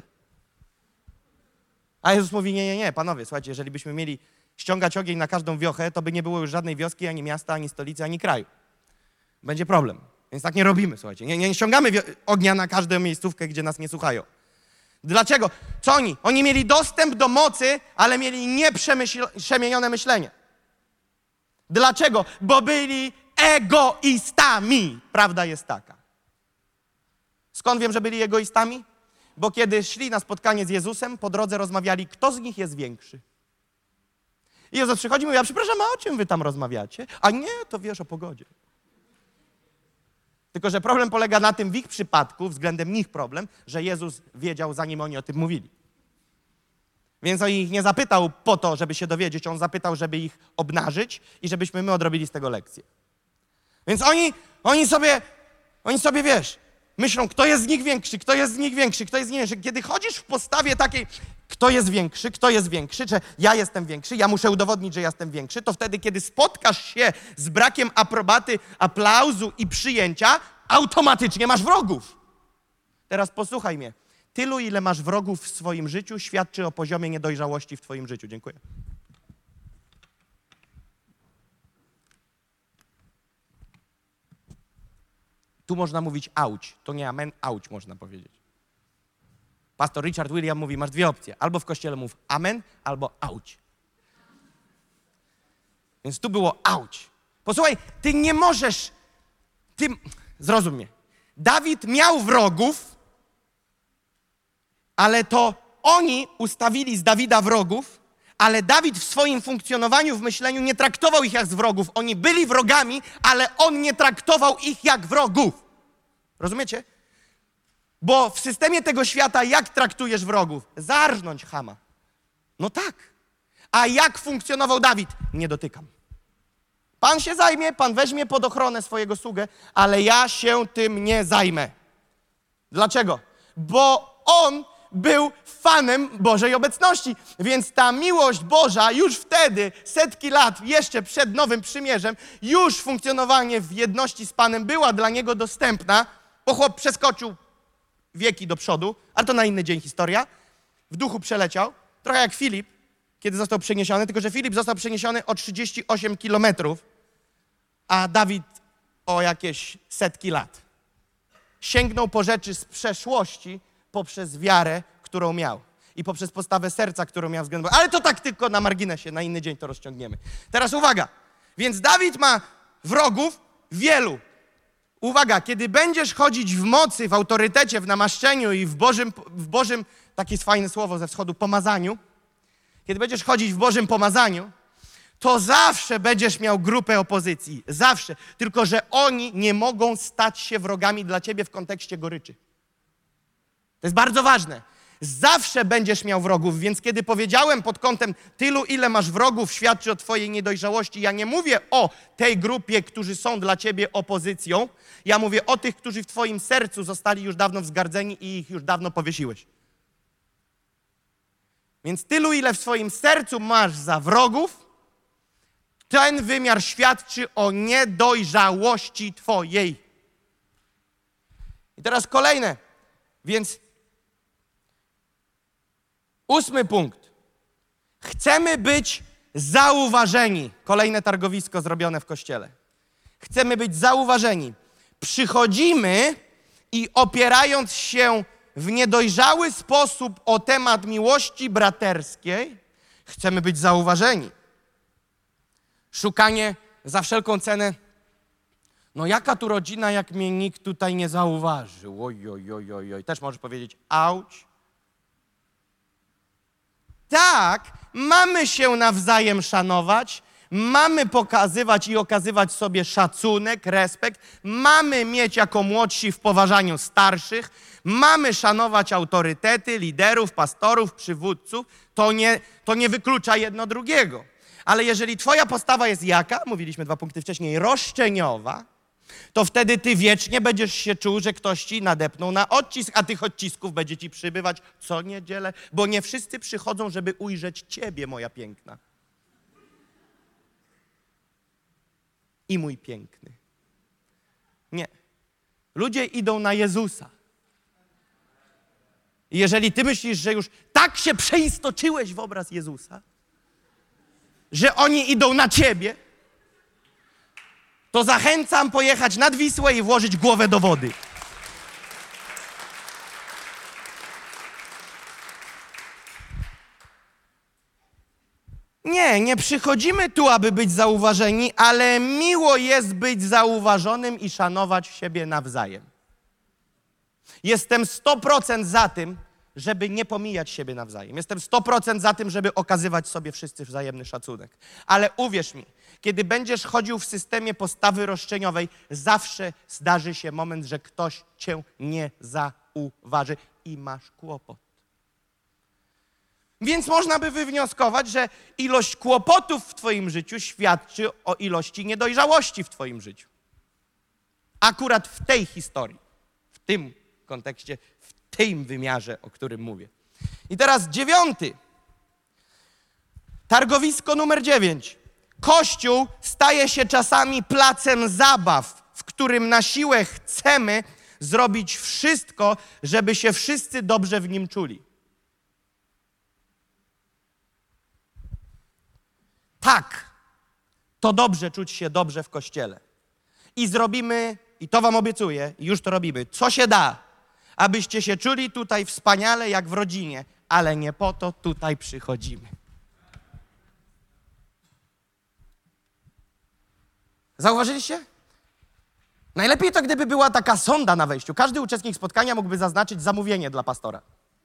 A Jezus mówi, nie, nie, nie, panowie, słuchajcie, jeżeli byśmy mieli ściągać ogień na każdą wiochę, to by nie było już żadnej wioski, ani miasta, ani stolicy, ani kraju. Będzie problem. Więc tak nie robimy, słuchajcie. Nie, nie ściągamy ognia na każdą miejscówkę, gdzie nas nie słuchają. Dlaczego? Co oni? Oni mieli dostęp do mocy, ale mieli nieprzemienione myślenie. Dlaczego? Bo byli egoistami. Prawda jest taka. Skąd wiem, że byli egoistami? Bo kiedy szli na spotkanie z Jezusem, po drodze rozmawiali, kto z nich jest większy. I Jezus przychodzi i mówi, a przepraszam, a o czym wy tam rozmawiacie? A nie, to wiesz o pogodzie. Tylko że problem polega na tym w ich przypadku, względem nich problem, że Jezus wiedział, zanim oni o tym mówili. Więc on ich nie zapytał po to, żeby się dowiedzieć, on zapytał, żeby ich obnażyć i żebyśmy my odrobili z tego lekcję. Więc oni, oni sobie, oni sobie, wiesz, myślą, kto jest z nich większy, kto jest z nich większy, kto jest z nich większy. Kiedy chodzisz w postawie takiej, kto jest większy, kto jest większy, że ja jestem większy, ja muszę udowodnić, że ja jestem większy, to wtedy, kiedy spotkasz się z brakiem aprobaty, aplauzu i przyjęcia, automatycznie masz wrogów. Teraz posłuchaj mnie. Tylu, ile masz wrogów w swoim życiu, świadczy o poziomie niedojrzałości w twoim życiu. Dziękuję. Tu można mówić auć. To nie amen, auć można powiedzieć. Pastor Richard William mówi, masz dwie opcje. Albo w kościele mów amen, albo auć. Więc tu było auć. Posłuchaj, ty nie możesz, ty, zrozum mnie. Dawid miał wrogów, ale to oni ustawili z Dawida wrogów, ale Dawid w swoim funkcjonowaniu, w myśleniu nie traktował ich jak z wrogów. Oni byli wrogami, ale on nie traktował ich jak wrogów. Rozumiecie? Bo w systemie tego świata jak traktujesz wrogów? Zarżnąć chama. No tak. A jak funkcjonował Dawid? Nie dotykam. Pan się zajmie, Pan weźmie pod ochronę swojego sługę, ale ja się tym nie zajmę. Dlaczego? Bo on był fanem Bożej obecności. Więc ta miłość Boża już wtedy, setki lat, jeszcze przed Nowym Przymierzem, już funkcjonowanie w jedności z Panem była dla niego dostępna, bo chłop przeskoczył wieki do przodu, ale to na inny dzień historia. W duchu przeleciał, trochę jak Filip, kiedy został przeniesiony, tylko że Filip został przeniesiony o trzydzieści osiem kilometrów, a Dawid o jakieś setki lat. Sięgnął po rzeczy z przeszłości poprzez wiarę, którą miał i poprzez postawę serca, którą miał względem. Ale to tak tylko na marginesie, na inny dzień to rozciągniemy. Teraz uwaga. Więc Dawid ma wrogów wielu. Uwaga, kiedy będziesz chodzić w mocy, w autorytecie, w namaszczeniu i w Bożym, w Bożym, takie jest fajne słowo ze wschodu, pomazaniu, kiedy będziesz chodzić w Bożym pomazaniu, to zawsze będziesz miał grupę opozycji. Zawsze. Tylko że oni nie mogą stać się wrogami dla ciebie w kontekście goryczy. To jest bardzo ważne. Zawsze będziesz miał wrogów, więc kiedy powiedziałem pod kątem tylu, ile masz wrogów, świadczy o twojej niedojrzałości. Ja nie mówię o tej grupie, którzy są dla ciebie opozycją. Ja mówię o tych, którzy w twoim sercu zostali już dawno wzgardzeni i ich już dawno powiesiłeś. Więc tylu, ile w swoim sercu masz za wrogów, ten wymiar świadczy o niedojrzałości twojej. I teraz kolejne. Więc ósmy punkt. Chcemy być zauważeni. Kolejne targowisko zrobione w kościele. Chcemy być zauważeni. Przychodzimy i opierając się w niedojrzały sposób o temat miłości braterskiej, chcemy być zauważeni. Szukanie za wszelką cenę, no jaka tu rodzina, jak mnie nikt tutaj nie zauważył. Oj, oj, oj, oj, oj. Też możesz powiedzieć, auć. Tak, mamy się nawzajem szanować, mamy pokazywać i okazywać sobie szacunek, respekt, mamy mieć jako młodsi w poważaniu starszych, mamy szanować autorytety, liderów, pastorów, przywódców. To nie, to nie wyklucza jedno drugiego. Ale jeżeli twoja postawa jest jaka, mówiliśmy dwa punkty wcześniej, roszczeniowa, to wtedy ty wiecznie będziesz się czuł, że ktoś ci nadepnął na odcisk, a tych odcisków będzie ci przybywać co niedzielę, bo nie wszyscy przychodzą, żeby ujrzeć ciebie, moja piękna. I mój piękny. Nie. Ludzie idą na Jezusa. I jeżeli ty myślisz, że już tak się przeistoczyłeś w obraz Jezusa, że oni idą na ciebie, to zachęcam pojechać nad Wisłę i włożyć głowę do wody. Nie, nie przychodzimy tu, aby być zauważeni, ale miło jest być zauważonym i szanować siebie nawzajem. Jestem sto procent za tym, żeby nie pomijać siebie nawzajem. Jestem sto procent za tym, żeby okazywać sobie wszyscy wzajemny szacunek. Ale uwierz mi, kiedy będziesz chodził w systemie postawy roszczeniowej, zawsze zdarzy się moment, że ktoś cię nie zauważy i masz kłopot. Więc można by wywnioskować, że ilość kłopotów w twoim życiu świadczy o ilości niedojrzałości w twoim życiu. Akurat w tej historii, w tym kontekście, w tym wymiarze, o którym mówię. I teraz dziewiąty. Targowisko numer dziewięć. Kościół staje się czasami placem zabaw, w którym na siłę chcemy zrobić wszystko, żeby się wszyscy dobrze w nim czuli. Tak, to dobrze czuć się dobrze w Kościele. I zrobimy, i to wam obiecuję, i już to robimy, co się da, abyście się czuli tutaj wspaniale jak w rodzinie, ale nie po to tutaj przychodzimy. Zauważyliście? Najlepiej to, gdyby była taka sonda na wejściu. Każdy uczestnik spotkania mógłby zaznaczyć zamówienie dla pastora.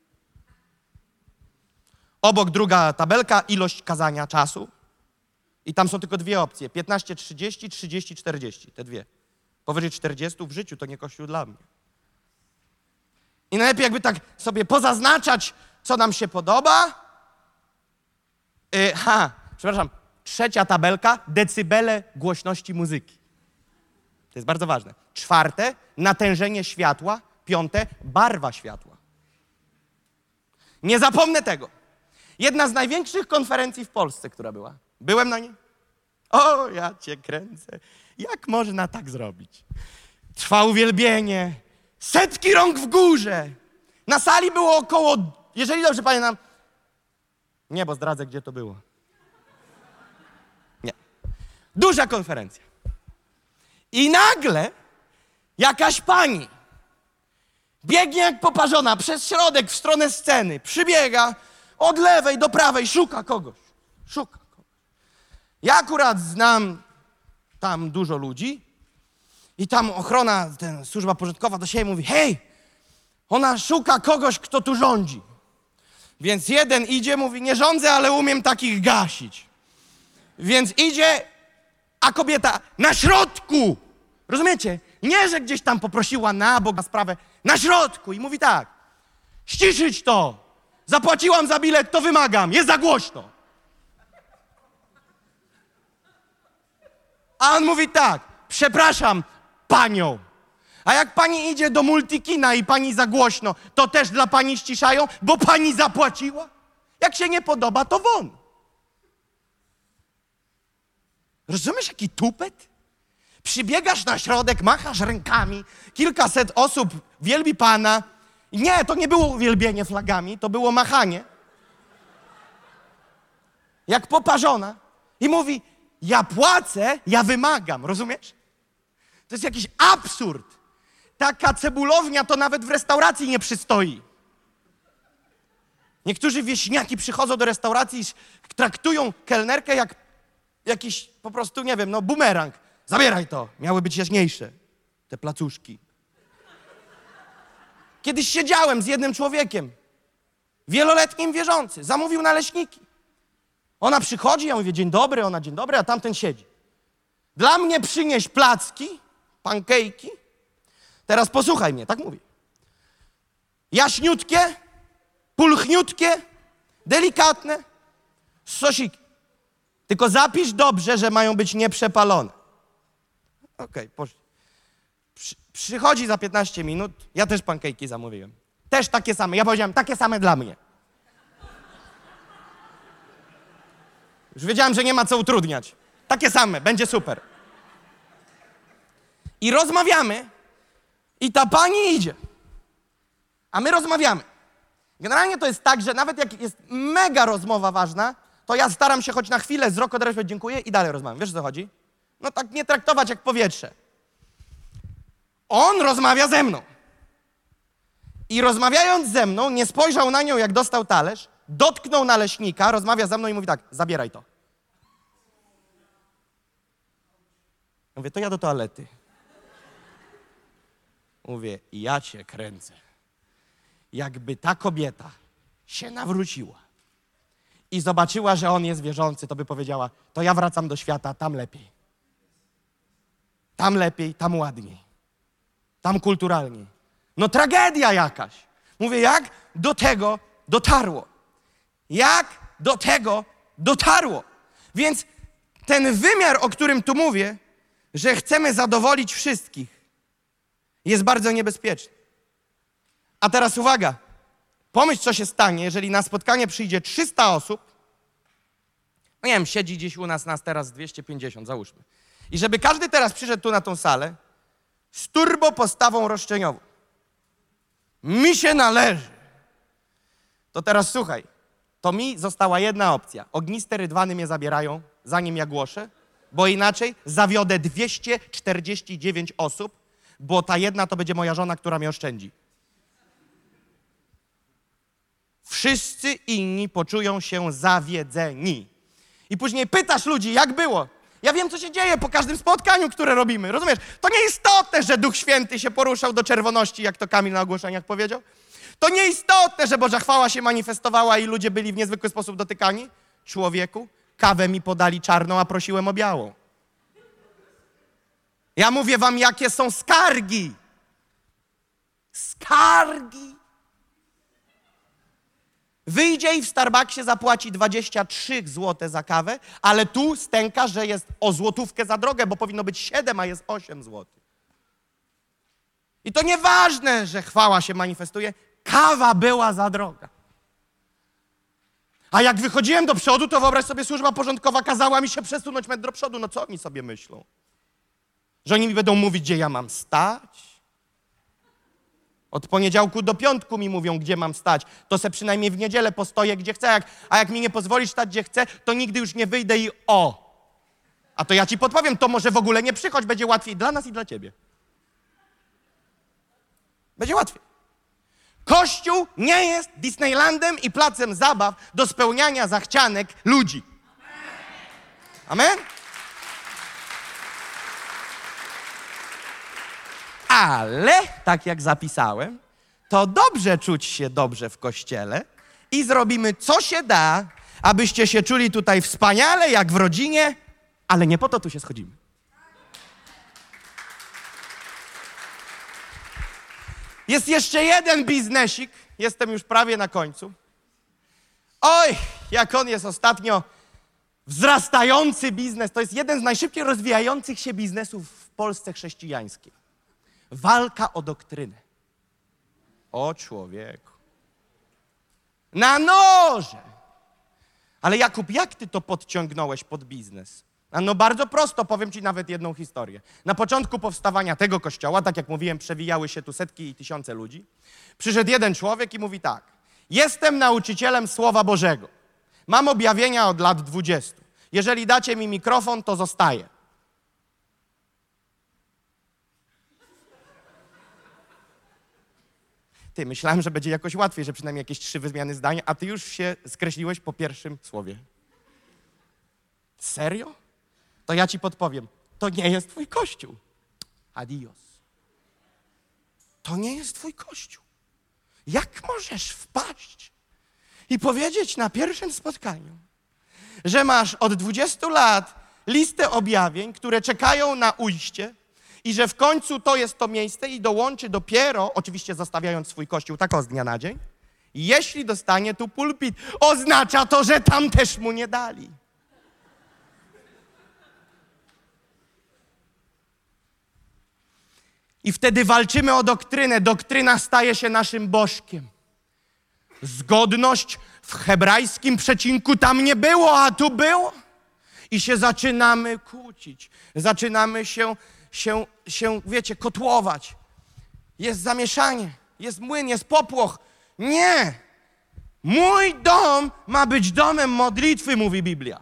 Obok druga tabelka, ilość kazania czasu. I tam są tylko dwie opcje. piętnaście trzydzieści, trzydzieści czterdzieści. Te dwie. Powyżej czterdziestu w życiu to nie Kościół dla mnie. I najlepiej jakby tak sobie pozaznaczać, co nam się podoba. Yy, ha, przepraszam. Trzecia tabelka, decybele głośności muzyki. To jest bardzo ważne. Czwarte, natężenie światła. Piąte, barwa światła. Nie zapomnę tego. Jedna z największych konferencji w Polsce, która była. Byłem na niej. O, ja cię kręcę. Jak można tak zrobić? Trwa uwielbienie. Setki rąk w górze. Na sali było około, jeżeli dobrze pamiętam, nie, bo zdradzę, gdzie to było. Nie. Duża konferencja. I nagle jakaś pani biegnie jak poparzona przez środek w stronę sceny. Przybiega od lewej do prawej, szuka kogoś. Szuka kogoś. Ja akurat znam tam dużo ludzi i tam ochrona, ten, służba porządkowa do siebie mówi, hej, ona szuka kogoś, kto tu rządzi. Więc jeden idzie, mówi, nie rządzę, ale umiem takich gasić. Więc idzie, a kobieta na środku. Rozumiecie? Nie, że gdzieś tam poprosiła na bok na sprawę. Na środku. I mówi tak, ściszyć to. Zapłaciłam za bilet, to wymagam. Jest za głośno. A on mówi tak, przepraszam panią. A jak pani idzie do multikina i pani za głośno, to też dla pani ściszają, bo pani zapłaciła? Jak się nie podoba, to won. Rozumiesz, jaki tupet? Przybiegasz na środek, machasz rękami, kilkaset osób wielbi Pana. Nie, to nie było uwielbienie flagami, to było machanie. Jak poparzona. I mówi, ja płacę, ja wymagam, rozumiesz? To jest jakiś absurd. Taka cebulownia to nawet w restauracji nie przystoi. Niektórzy wieśniaki przychodzą do restauracji i traktują kelnerkę jak jakiś po prostu, nie wiem, no bumerang. Zabieraj to. Miały być jaśniejsze, te placuszki. Kiedyś siedziałem z jednym człowiekiem, wieloletnim wierzący, zamówił naleśniki. Ona przychodzi, ja mówię, dzień dobry, ona dzień dobry, a tamten siedzi. Dla mnie przynieś placki, pankejki. Teraz posłuchaj mnie, tak mówię. Jaśniutkie, pulchniutkie, delikatne, z sosiki. Tylko zapisz dobrze, że mają być nieprzepalone. Okej, okay, poszli. Przy, przychodzi za piętnaście minut, ja też pankejki zamówiłem. Też takie same, ja powiedziałem, takie same dla mnie. Już wiedziałem, że nie ma co utrudniać. Takie same, będzie super. I rozmawiamy i ta pani idzie. A my rozmawiamy. Generalnie to jest tak, że nawet jak jest mega rozmowa ważna, to ja staram się choć na chwilę wzrok oderwać, dziękuję i dalej rozmawiam. Wiesz, o co chodzi? No tak nie traktować jak powietrze. On rozmawia ze mną. I rozmawiając ze mną, nie spojrzał na nią, jak dostał talerz, dotknął naleśnika, rozmawia ze mną i mówi tak, zabieraj to. Ja mówię, to ja do toalety. Mówię, ja cię kręcę. Jakby ta kobieta się nawróciła i zobaczyła, że on jest wierzący, to by powiedziała, to ja wracam do świata, tam lepiej. Tam lepiej, tam ładniej. Tam kulturalniej. No tragedia jakaś. Mówię, jak do tego dotarło? Jak do tego dotarło? Więc ten wymiar, o którym tu mówię, że chcemy zadowolić wszystkich, jest bardzo niebezpieczny. A teraz uwaga, pomyśl, co się stanie, jeżeli na spotkanie przyjdzie trzysta osób, no nie wiem, siedzi gdzieś u nas, nas teraz dwieście pięćdziesiąt, załóżmy. I żeby każdy teraz przyszedł tu na tą salę z turbo postawą roszczeniową. Mi się należy. To teraz słuchaj, to mi została jedna opcja. Ogniste rydwany mnie zabierają, zanim ja głoszę, bo inaczej zawiodę dwieście czterdzieści dziewięć osób, bo ta jedna to będzie moja żona, która mnie oszczędzi. Wszyscy inni poczują się zawiedzeni. I później pytasz ludzi, jak było? Ja wiem, co się dzieje po każdym spotkaniu, które robimy. Rozumiesz? To nieistotne, że Duch Święty się poruszał do czerwoności, jak to Kamil na ogłoszeniach powiedział. To nieistotne, że Boża chwała się manifestowała i ludzie byli w niezwykły sposób dotykani. Człowieku, kawę mi podali czarną, a prosiłem o białą. Ja mówię wam, jakie są skargi. Skargi. Wyjdzie i w Starbucksie zapłaci dwadzieścia trzy złote za kawę, ale tu stęka, że jest o złotówkę za drogę, bo powinno być siedem, a jest osiem złotych. I to nieważne, że chwała się manifestuje, kawa była za droga. A jak wychodziłem do przodu, to wyobraź sobie, służba porządkowa kazała mi się przesunąć metr do przodu. No co oni sobie myślą? Że oni mi będą mówić, gdzie ja mam stać? Od poniedziałku do piątku mi mówią, gdzie mam stać. To se przynajmniej w niedzielę postoję, gdzie chcę. Jak, a jak mi nie pozwolisz stać, gdzie chcę, to nigdy już nie wyjdę i o. A to ja ci podpowiem, to może w ogóle nie przychodź, będzie łatwiej dla nas i dla ciebie. Będzie łatwiej. Kościół nie jest Disneylandem i placem zabaw do spełniania zachcianek ludzi. Amen? Ale, tak jak zapisałem, to dobrze czuć się dobrze w Kościele i zrobimy co się da, abyście się czuli tutaj wspaniale, jak w rodzinie, ale nie po to tu się schodzimy. Jest jeszcze jeden biznesik, jestem już prawie na końcu. Oj, jak on jest ostatnio wzrastający biznes, to jest jeden z najszybciej rozwijających się biznesów w Polsce chrześcijańskiej. Walka o doktrynę. O człowieku. Na noże. Ale Jakub, jak ty to podciągnąłeś pod biznes? A no bardzo prosto, powiem ci nawet jedną historię. Na początku powstawania tego kościoła, tak jak mówiłem, przewijały się tu setki i tysiące ludzi. Przyszedł jeden człowiek i mówi tak. Jestem nauczycielem Słowa Bożego. Mam objawienia od lat dwudziestu. Jeżeli dacie mi mikrofon, to zostaję. Ty, myślałem, że będzie jakoś łatwiej, że przynajmniej jakieś trzy wymiany zdań, a ty już się skreśliłeś po pierwszym słowie. Serio? To ja ci podpowiem. To nie jest twój kościół. Adios. To nie jest twój kościół. Jak możesz wpaść i powiedzieć na pierwszym spotkaniu, że masz od dwudziestu lat listę objawień, które czekają na ujście i że w końcu to jest to miejsce i dołączy dopiero, oczywiście zostawiając swój kościół tak o z dnia na dzień, jeśli dostanie tu pulpit. Oznacza to, że tam też mu nie dali. I wtedy walczymy o doktrynę. Doktryna staje się naszym bożkiem. Zgodność w hebrajskim przecinku tam nie było, a tu było. I się zaczynamy kłócić. Zaczynamy się, się, się, wiecie, kotłować. Jest zamieszanie, jest młyn, jest popłoch. Nie! Mój dom ma być domem modlitwy, mówi Biblia.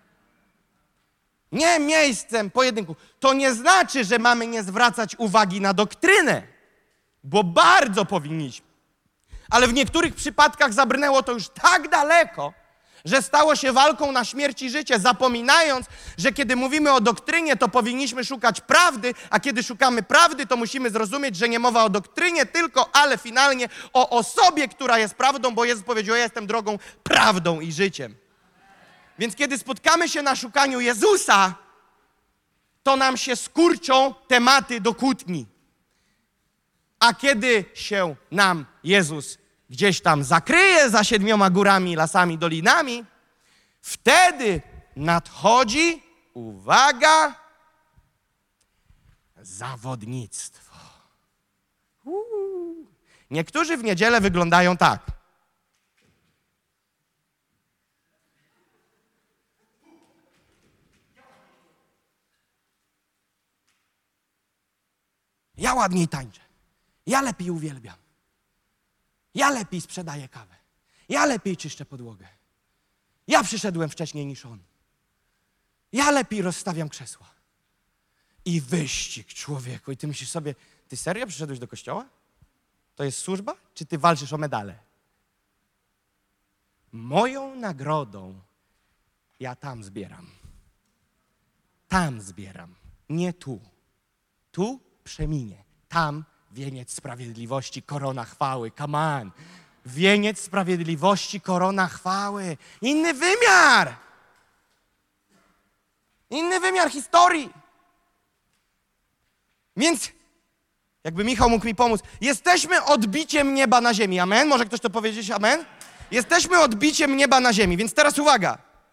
Nie miejscem pojedynku. To nie znaczy, że mamy nie zwracać uwagi na doktrynę, bo bardzo powinniśmy. Ale w niektórych przypadkach zabrnęło to już tak daleko, że stało się walką na śmierć i życie, zapominając, że kiedy mówimy o doktrynie, to powinniśmy szukać prawdy, a kiedy szukamy prawdy, to musimy zrozumieć, że nie mowa o doktrynie tylko, ale finalnie o osobie, która jest prawdą, bo Jezus powiedział, ja jestem drogą, prawdą i życiem. Więc kiedy spotkamy się na szukaniu Jezusa, to nam się skurczą tematy do kłótni. A kiedy się nam Jezus gdzieś tam zakryje za siedmioma górami, lasami, dolinami, wtedy nadchodzi, uwaga, zawodnictwo. Uuu. Niektórzy w niedzielę wyglądają tak. Ja ładniej tańczę. Ja lepiej uwielbiam. Ja lepiej sprzedaję kawę. Ja lepiej czyszczę podłogę. Ja przyszedłem wcześniej niż on. Ja lepiej rozstawiam krzesła. I wyścig, człowieku. I ty myślisz sobie, ty serio przyszedłeś do kościoła? To jest służba? Czy ty walczysz o medale? Moją nagrodą ja tam zbieram. Tam zbieram. Nie tu. Tu przeminie. Tam wieniec sprawiedliwości, korona chwały. Come on. Wieniec sprawiedliwości, korona chwały. Inny wymiar. Inny wymiar historii. Więc, jakby Michał mógł mi pomóc, jesteśmy odbiciem nieba na ziemi. Amen? Może ktoś to powiedzieć? Amen? Jesteśmy odbiciem nieba na ziemi. Więc teraz uwaga.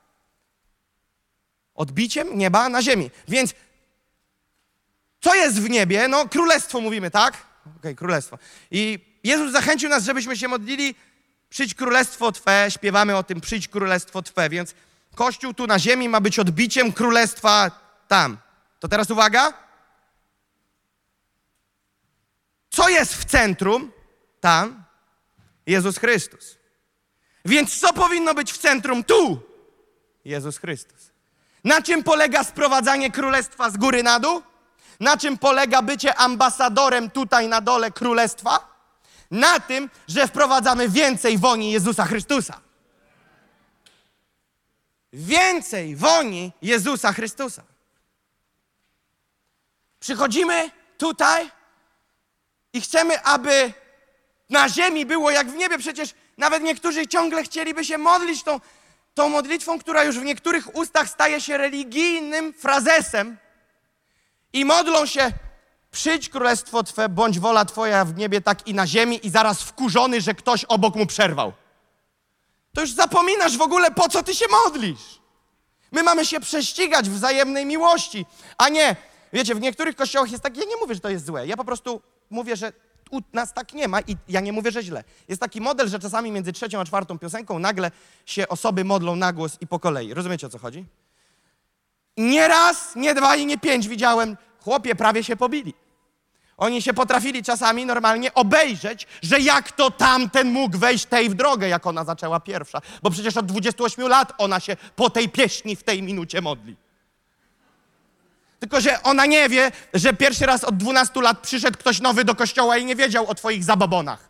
Odbiciem nieba na ziemi. Więc co jest w niebie? No, królestwo mówimy, tak? Okej, okay, królestwo. I Jezus zachęcił nas, żebyśmy się modlili, przyjdź królestwo Twe, śpiewamy o tym, przyjdź królestwo Twe, więc Kościół tu na ziemi ma być odbiciem królestwa tam. To teraz uwaga. Co jest w centrum? Tam. Jezus Chrystus. Więc co powinno być w centrum? Tu. Jezus Chrystus. Na czym polega sprowadzanie królestwa z góry na dół? Na czym polega bycie ambasadorem tutaj na dole królestwa? Na tym, że wprowadzamy więcej woni Jezusa Chrystusa. Więcej woni Jezusa Chrystusa. Przychodzimy tutaj I chcemy, aby na ziemi było jak w niebie. Przecież nawet niektórzy ciągle chcieliby się modlić tą, tą modlitwą, która już w niektórych ustach staje się religijnym frazesem. I modlą się: przyjdź królestwo Twe, bądź wola Twoja w niebie, tak i na ziemi. I zaraz wkurzony, że ktoś obok mu przerwał. To już zapominasz w ogóle, po co ty się modlisz. My mamy się prześcigać w wzajemnej miłości, a nie, wiecie, w niektórych kościołach jest tak, ja nie mówię, że to jest złe, ja po prostu mówię, że u nas tak nie ma i ja nie mówię, że źle. Jest taki model, że czasami między trzecią a czwartą piosenką nagle się osoby modlą na głos i po kolei. Rozumiecie, o co chodzi? Nie raz, nie dwa i nie pięć widziałem, chłopie prawie się pobili. Oni się potrafili czasami normalnie obejrzeć, że jak to tamten mógł wejść tej w drogę, jak ona zaczęła pierwsza. Bo przecież od dwudziestu ośmiu lat ona się po tej pieśni w tej minucie modli. Tylko że ona nie wie, że pierwszy raz od dwunastu lat przyszedł ktoś nowy do kościoła i nie wiedział o twoich zabobonach.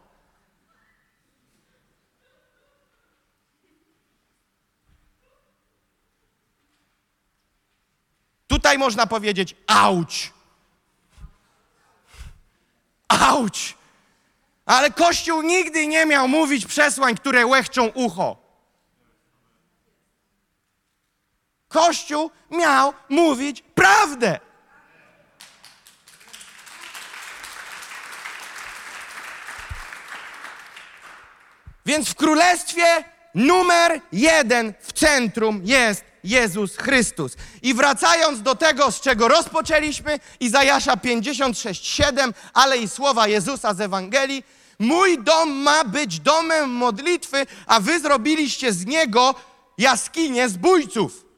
Tutaj można powiedzieć: auć. Auć! Ale Kościół nigdy nie miał mówić przesłań, które łechczą ucho. Kościół miał mówić prawdę. Więc w królestwie numer jeden w centrum jest Jezus Chrystus. I wracając do tego, z czego rozpoczęliśmy, Izajasza pięćdziesiąt sześć, siedem, ale i słowa Jezusa z Ewangelii: mój dom ma być domem modlitwy, a wy zrobiliście z niego jaskinię zbójców.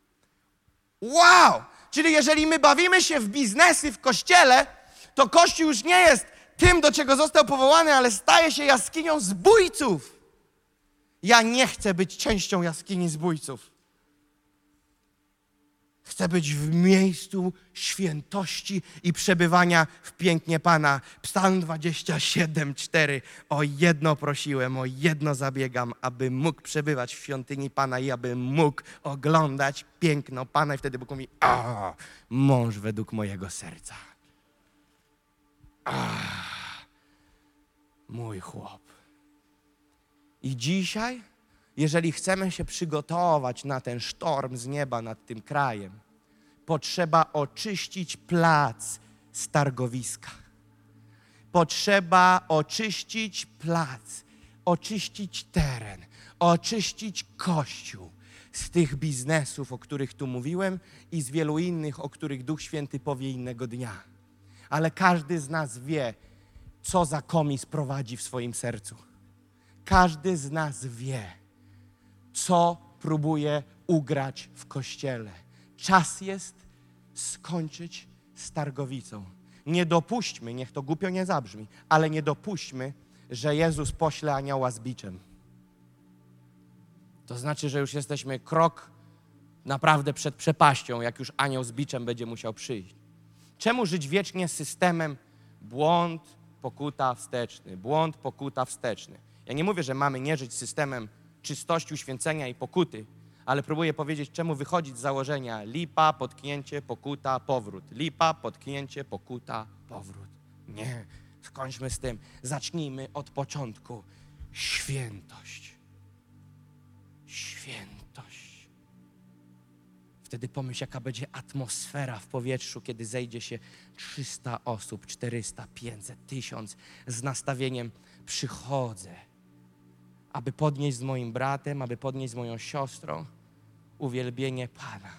Wow! Czyli jeżeli my bawimy się w biznesy w Kościele, to Kościół już nie jest tym, do czego został powołany, ale staje się jaskinią zbójców. Ja nie chcę być częścią jaskini zbójców. Chcę być w miejscu świętości i przebywania w pięknie Pana. Psalm dwadzieścia siedem, cztery. O jedno prosiłem, o jedno zabiegam, aby mógł przebywać w świątyni Pana i aby mógł oglądać piękno Pana. I wtedy Bóg mówi: o, mąż według mojego serca. A, mój chłop. I dzisiaj, jeżeli chcemy się przygotować na ten sztorm z nieba nad tym krajem, potrzeba oczyścić plac z targowiska. Potrzeba oczyścić plac, oczyścić teren, oczyścić Kościół z tych biznesów, o których tu mówiłem, i z wielu innych, o których Duch Święty powie innego dnia. Ale każdy z nas wie, co za komis prowadzi w swoim sercu. Każdy z nas wie, co próbuje ugrać w Kościele. Czas jest skończyć z targowicą. Nie dopuśćmy, niech to głupio nie zabrzmi, ale nie dopuśćmy, że Jezus pośle anioła z biczem. To znaczy, że już jesteśmy krok naprawdę przed przepaścią, jak już anioł z biczem będzie musiał przyjść. Czemu żyć wiecznie z systemem błąd, pokuta, wsteczny, błąd, pokuta, wsteczny? Ja nie mówię, że mamy nie żyć systemem czystości, uświęcenia i pokuty, ale próbuję powiedzieć, czemu wychodzić z założenia lipa, potknięcie, pokuta, powrót. Lipa, potknięcie, pokuta, powrót. Nie, skończmy z tym. Zacznijmy od początku. Świętość. Świętość. Wtedy pomyśl, jaka będzie atmosfera w powietrzu, kiedy zejdzie się trzysta osób, czterysta, pięćset, tysiąc z nastawieniem: przychodzę, aby podnieść z moim bratem, aby podnieść z moją siostrą uwielbienie Pana.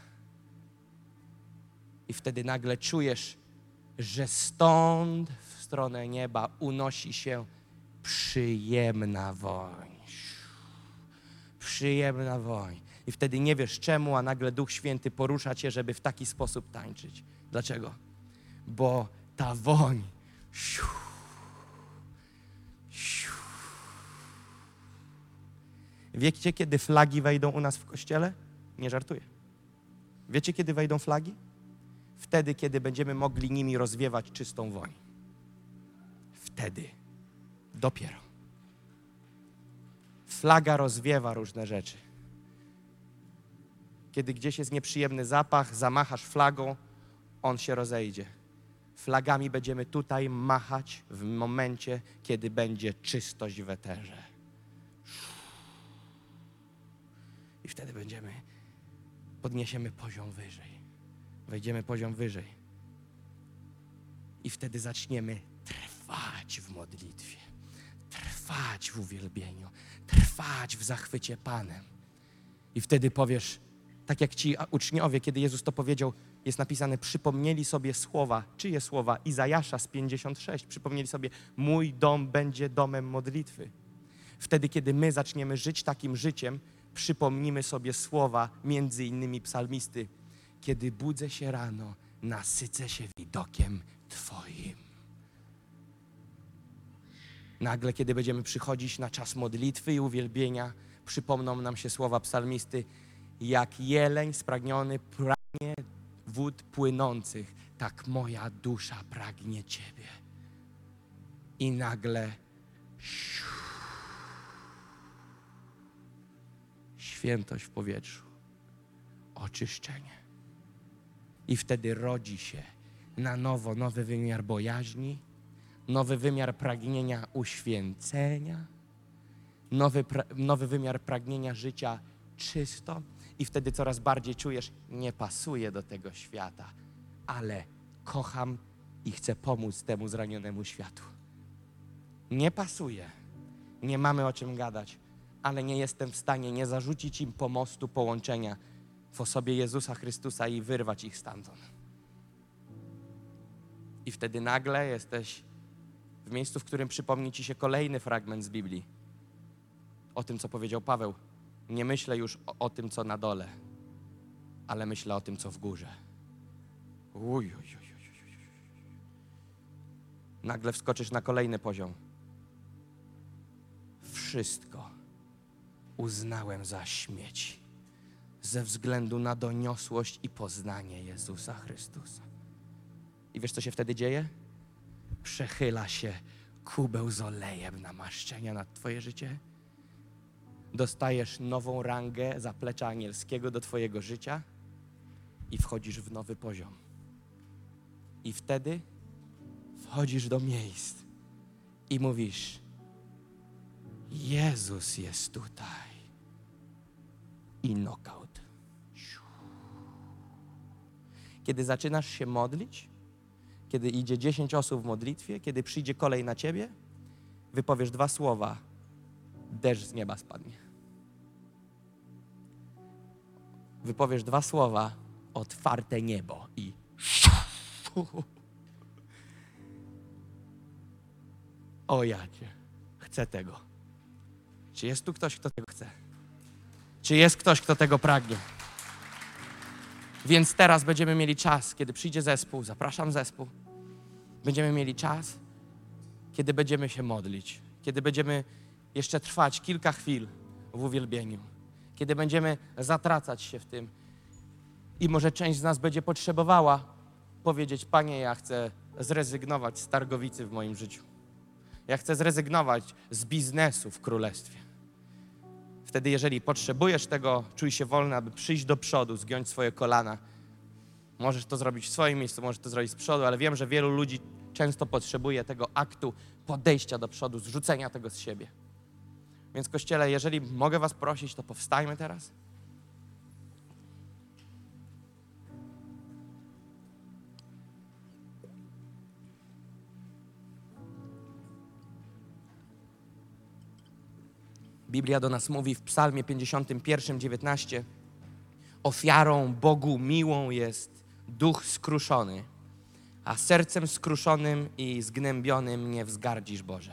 I wtedy nagle czujesz, że stąd w stronę nieba unosi się przyjemna woń. Przyjemna woń. I wtedy nie wiesz czemu, a nagle Duch Święty porusza cię, żeby w taki sposób tańczyć. Dlaczego? Bo ta woń siu, siu. Wiecie, kiedy flagi wejdą u nas w kościele? Nie żartuję. Wiecie, kiedy wejdą flagi? Wtedy, kiedy będziemy mogli nimi rozwiewać czystą woń. Wtedy. Dopiero. Flaga rozwiewa różne rzeczy. Kiedy gdzieś jest nieprzyjemny zapach, zamachasz flagą, on się rozejdzie. Flagami będziemy tutaj machać w momencie, kiedy będzie czystość w eterze. I wtedy będziemy, podniesiemy poziom wyżej. Wejdziemy poziom wyżej. I wtedy zaczniemy trwać w modlitwie, trwać w uwielbieniu, trwać w zachwycie Panem. I wtedy powiesz, tak jak ci uczniowie, kiedy Jezus to powiedział, jest napisane, przypomnieli sobie słowa, czyje słowa? Izajasza z pięćdziesiąt sześć. Przypomnieli sobie, mój dom będzie domem modlitwy. Wtedy, kiedy my zaczniemy żyć takim życiem, przypomnimy sobie słowa, między innymi psalmisty, kiedy budzę się rano, nasycę się widokiem Twoim. Nagle, kiedy będziemy przychodzić na czas modlitwy i uwielbienia, przypomną nam się słowa psalmisty, jak jeleń spragniony pragnie wód płynących, tak moja dusza pragnie Ciebie. I nagle świętość w powietrzu, oczyszczenie. I wtedy rodzi się na nowo nowy wymiar bojaźni, nowy wymiar pragnienia uświęcenia, nowy, pra, nowy wymiar pragnienia życia czysto. I wtedy coraz bardziej czujesz, nie pasuję do tego świata, ale kocham i chcę pomóc temu zranionemu światu. Nie pasuje, nie mamy o czym gadać, ale nie jestem w stanie nie zarzucić im pomostu połączenia w osobie Jezusa Chrystusa i wyrwać ich stamtąd. I wtedy nagle jesteś w miejscu, w którym przypomni ci się kolejny fragment z Biblii. O tym, co powiedział Paweł. Nie myślę już o, o tym, co na dole, ale myślę o tym, co w górze. Uj, uj, uj, uj, uj. Nagle wskoczysz na kolejny poziom. Wszystko uznałem za śmieci ze względu na doniosłość i poznanie Jezusa Chrystusa. I wiesz, co się wtedy dzieje? Przechyla się kubeł z olejem namaszczenia nad twoje życie. Dostajesz nową rangę zaplecza anielskiego do twojego życia i wchodzisz w nowy poziom. I wtedy wchodzisz do miejsc i mówisz, Jezus jest tutaj. I knockout. Kiedy zaczynasz się modlić, kiedy idzie dziesięć osób w modlitwie, kiedy przyjdzie kolej na ciebie, wypowiesz dwa słowa, deszcz z nieba spadnie. Wypowiesz dwa słowa, otwarte niebo i o jacie, chcę tego. Czy jest tu ktoś, kto tego chce? Czy jest ktoś, kto tego pragnie? Więc teraz będziemy mieli czas, kiedy przyjdzie zespół, zapraszam zespół. Będziemy mieli czas, kiedy będziemy się modlić, kiedy będziemy jeszcze trwać kilka chwil w uwielbieniu, kiedy będziemy zatracać się w tym. I może część z nas będzie potrzebowała powiedzieć, Panie, ja chcę zrezygnować z targowicy w moim życiu. Ja chcę zrezygnować z biznesu w Królestwie. Wtedy, jeżeli potrzebujesz tego, czuj się wolny, aby przyjść do przodu, zgiąć swoje kolana. Możesz to zrobić w swoim miejscu, możesz to zrobić z przodu, ale wiem, że wielu ludzi często potrzebuje tego aktu podejścia do przodu, zrzucenia tego z siebie. Więc Kościele, jeżeli mogę was prosić, to powstajmy teraz. Biblia do nas mówi w Psalmie pięćdziesiątym pierwszym, dziewiętnaście. Ofiarą Bogu miłą jest duch skruszony, a sercem skruszonym i zgnębionym nie wzgardzisz, Boże.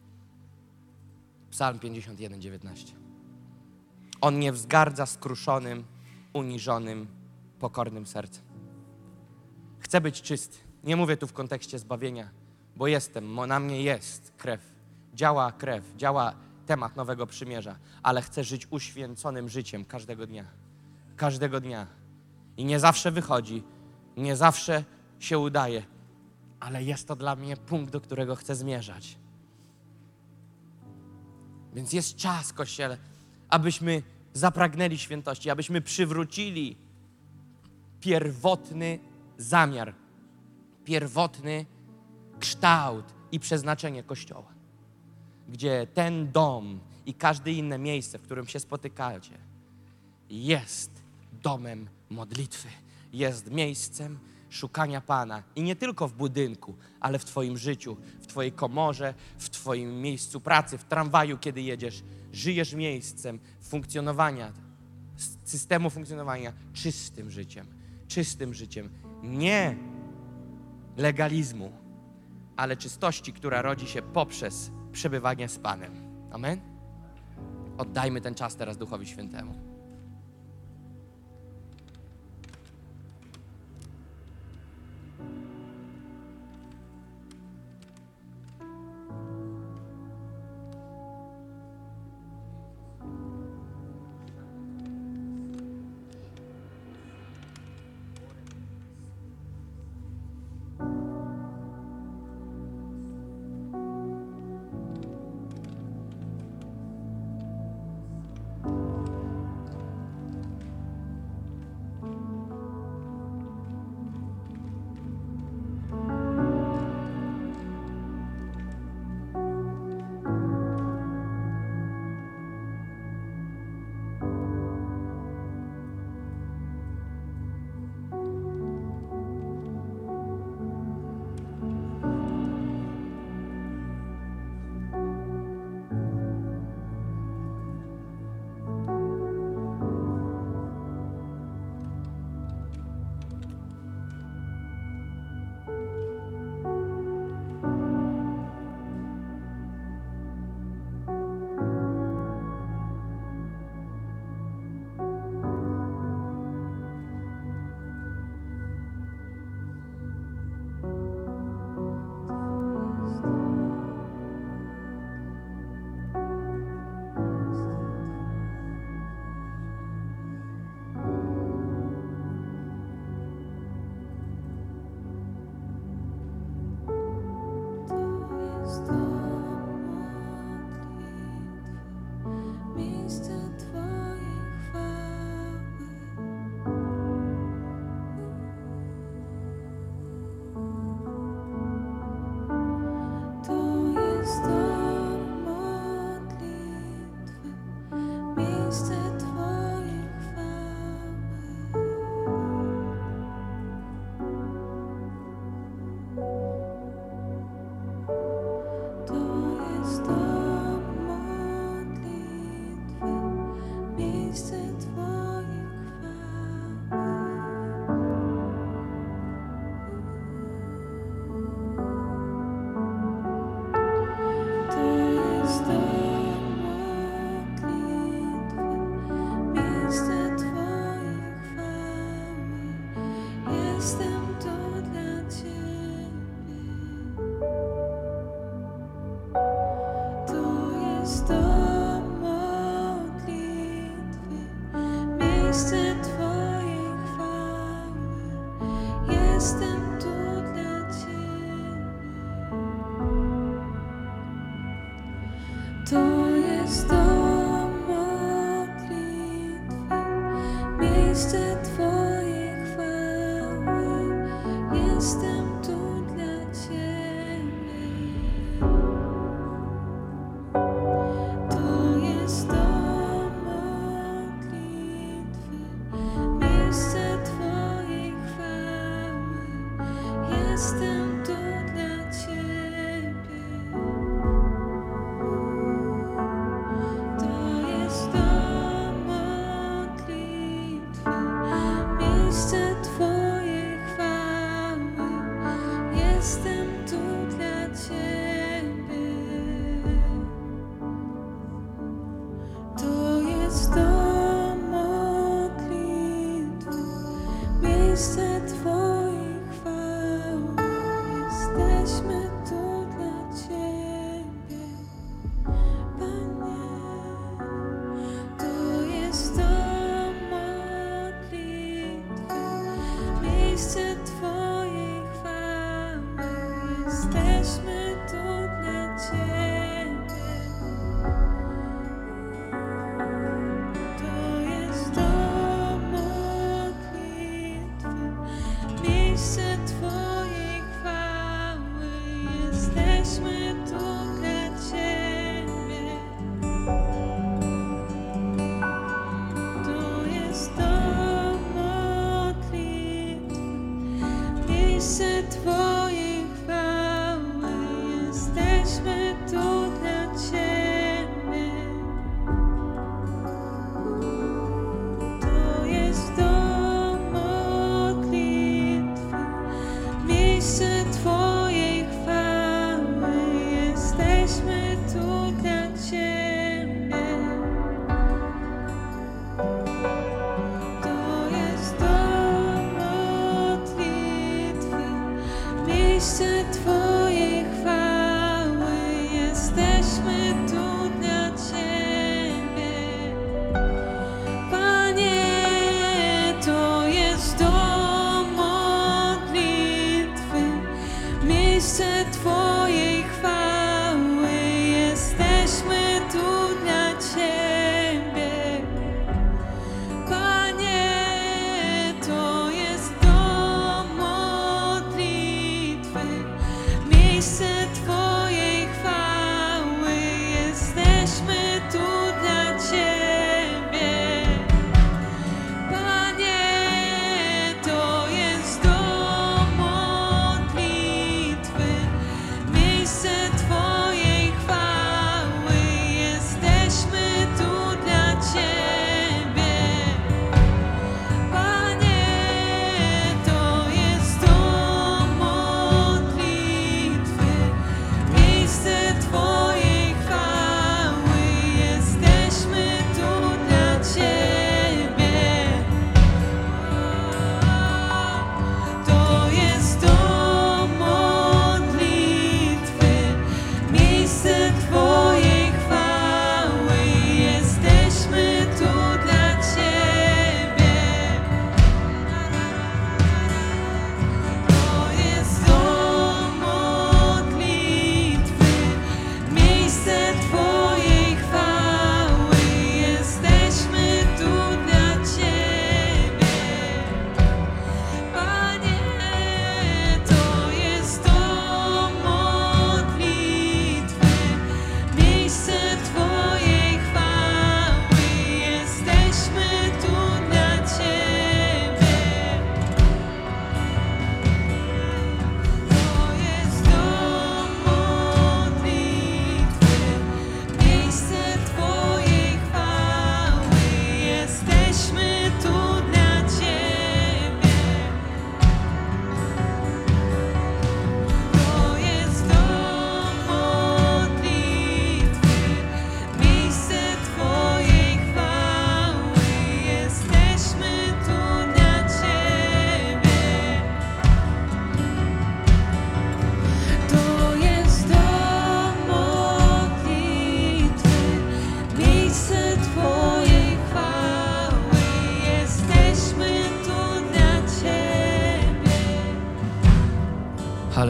Psalm pięćdziesiąt jeden, dziewiętnaście. On nie wzgardza skruszonym, uniżonym, pokornym sercem. Chcę być czysty. Nie mówię tu w kontekście zbawienia, bo jestem, na mnie jest krew. Działa krew, działa temat Nowego Przymierza, ale chcę żyć uświęconym życiem każdego dnia. Każdego dnia. I nie zawsze wychodzi, nie zawsze się udaje, ale jest to dla mnie punkt, do którego chcę zmierzać. Więc jest czas, Kościele, abyśmy zapragnęli świętości, abyśmy przywrócili pierwotny zamiar, pierwotny kształt i przeznaczenie Kościoła. Gdzie ten dom i każde inne miejsce, w którym się spotykacie, jest domem modlitwy. Jest miejscem szukania Pana. I nie tylko w budynku, ale w twoim życiu, w twojej komorze, w twoim miejscu pracy, w tramwaju, kiedy jedziesz. Żyjesz miejscem funkcjonowania, systemu funkcjonowania czystym życiem. Czystym życiem. Nie legalizmu, ale czystości, która rodzi się poprzez przebywanie z Panem. Amen? Oddajmy ten czas teraz Duchowi Świętemu.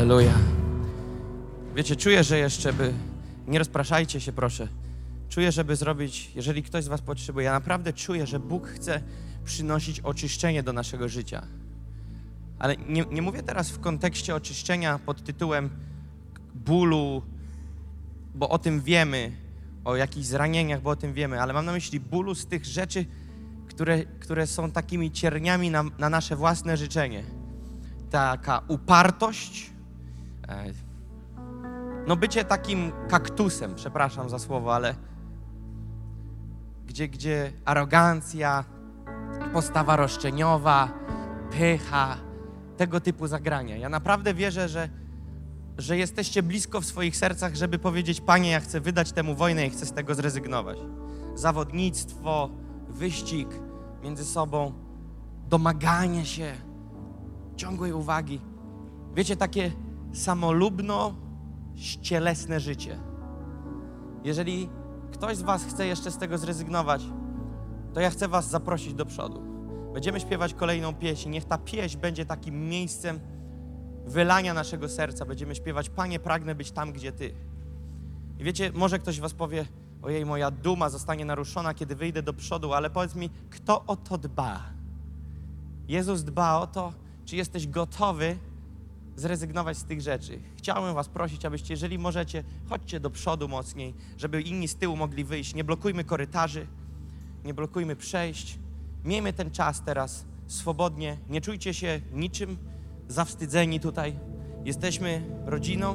Halleluja. Wiecie, czuję, że jeszcze by... Nie rozpraszajcie się, proszę. Czuję, żeby zrobić, jeżeli ktoś z was potrzebuje, ja naprawdę czuję, że Bóg chce przynosić oczyszczenie do naszego życia. Ale nie, nie mówię teraz w kontekście oczyszczenia pod tytułem bólu, bo o tym wiemy, o jakichś zranieniach, bo o tym wiemy, ale mam na myśli bólu z tych rzeczy, które, które są takimi cierniami na, na nasze własne życzenie. Taka upartość, e, no bycie takim kaktusem, przepraszam za słowo, ale gdzie, gdzie arogancja, postawa roszczeniowa, pycha, tego typu zagrania. Ja naprawdę wierzę, że, że jesteście blisko w swoich sercach, żeby powiedzieć: Panie, ja chcę wydać temu wojnę i chcę z tego zrezygnować. Zawodnictwo, wyścig między sobą, domaganie się, ciągłej uwagi. Wiecie, takie samolubno-cielesne życie. Jeżeli ktoś z was chce jeszcze z tego zrezygnować, to ja chcę was zaprosić do przodu. Będziemy śpiewać kolejną pieśń. Niech ta pieśń będzie takim miejscem wylania naszego serca. Będziemy śpiewać: Panie, pragnę być tam, gdzie Ty. I wiecie, może ktoś was powie: ojej, moja duma zostanie naruszona, kiedy wyjdę do przodu, ale powiedz mi, kto o to dba? Jezus dba o to, czy jesteś gotowy zrezygnować z tych rzeczy. Chciałbym was prosić, abyście, jeżeli możecie, chodźcie do przodu mocniej, żeby inni z tyłu mogli wyjść. Nie blokujmy korytarzy, nie blokujmy przejść. Miejmy ten czas teraz swobodnie. Nie czujcie się niczym zawstydzeni tutaj. Jesteśmy rodziną.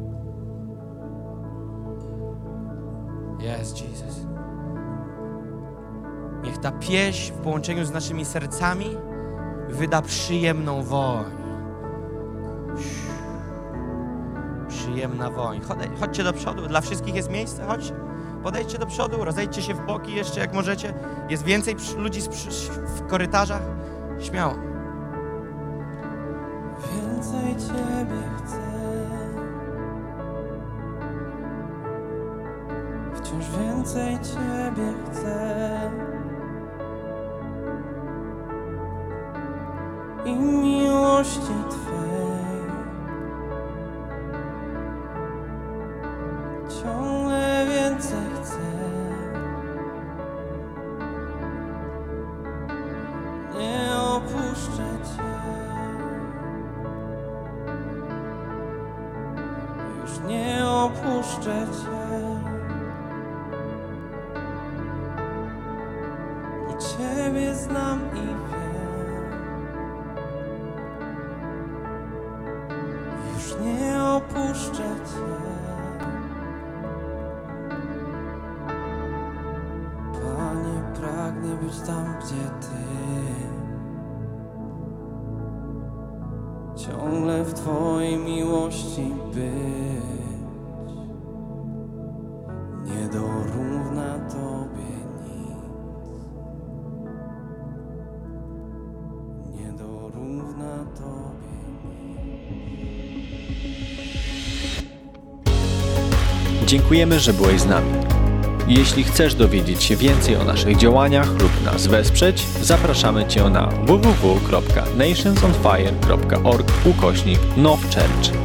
Yes, Jesus. Niech ta pieśń w połączeniu z naszymi sercami wyda przyjemną woń. Przyjemna woń. Chodźcie do przodu. Dla wszystkich jest miejsce. Chodźcie. Podejdźcie do przodu, rozejdźcie się w boki jeszcze jak możecie. Jest więcej ludzi w korytarzach. Śmiało. Więcej Ciebie chcę. Wciąż więcej Ciebie chcę. I miłości Twej ciągle więcej chcę. Nie opuszczę Cię, już nie opuszczę Cię, bo Ciebie znam i wiem. Już nie opuszczę Cię. Panie, pragnę być tam, gdzie Ty. Ciągle w Twojej miłości być. Nie dorówna Tobie nic. Nie dorówna Tobie nic. Dziękujemy, że byłeś z nami. Jeśli chcesz dowiedzieć się więcej o naszych działaniach lub nas wesprzeć, zapraszamy Cię na w w w kropka nationsonfire kropka org ukośnik nowchurch.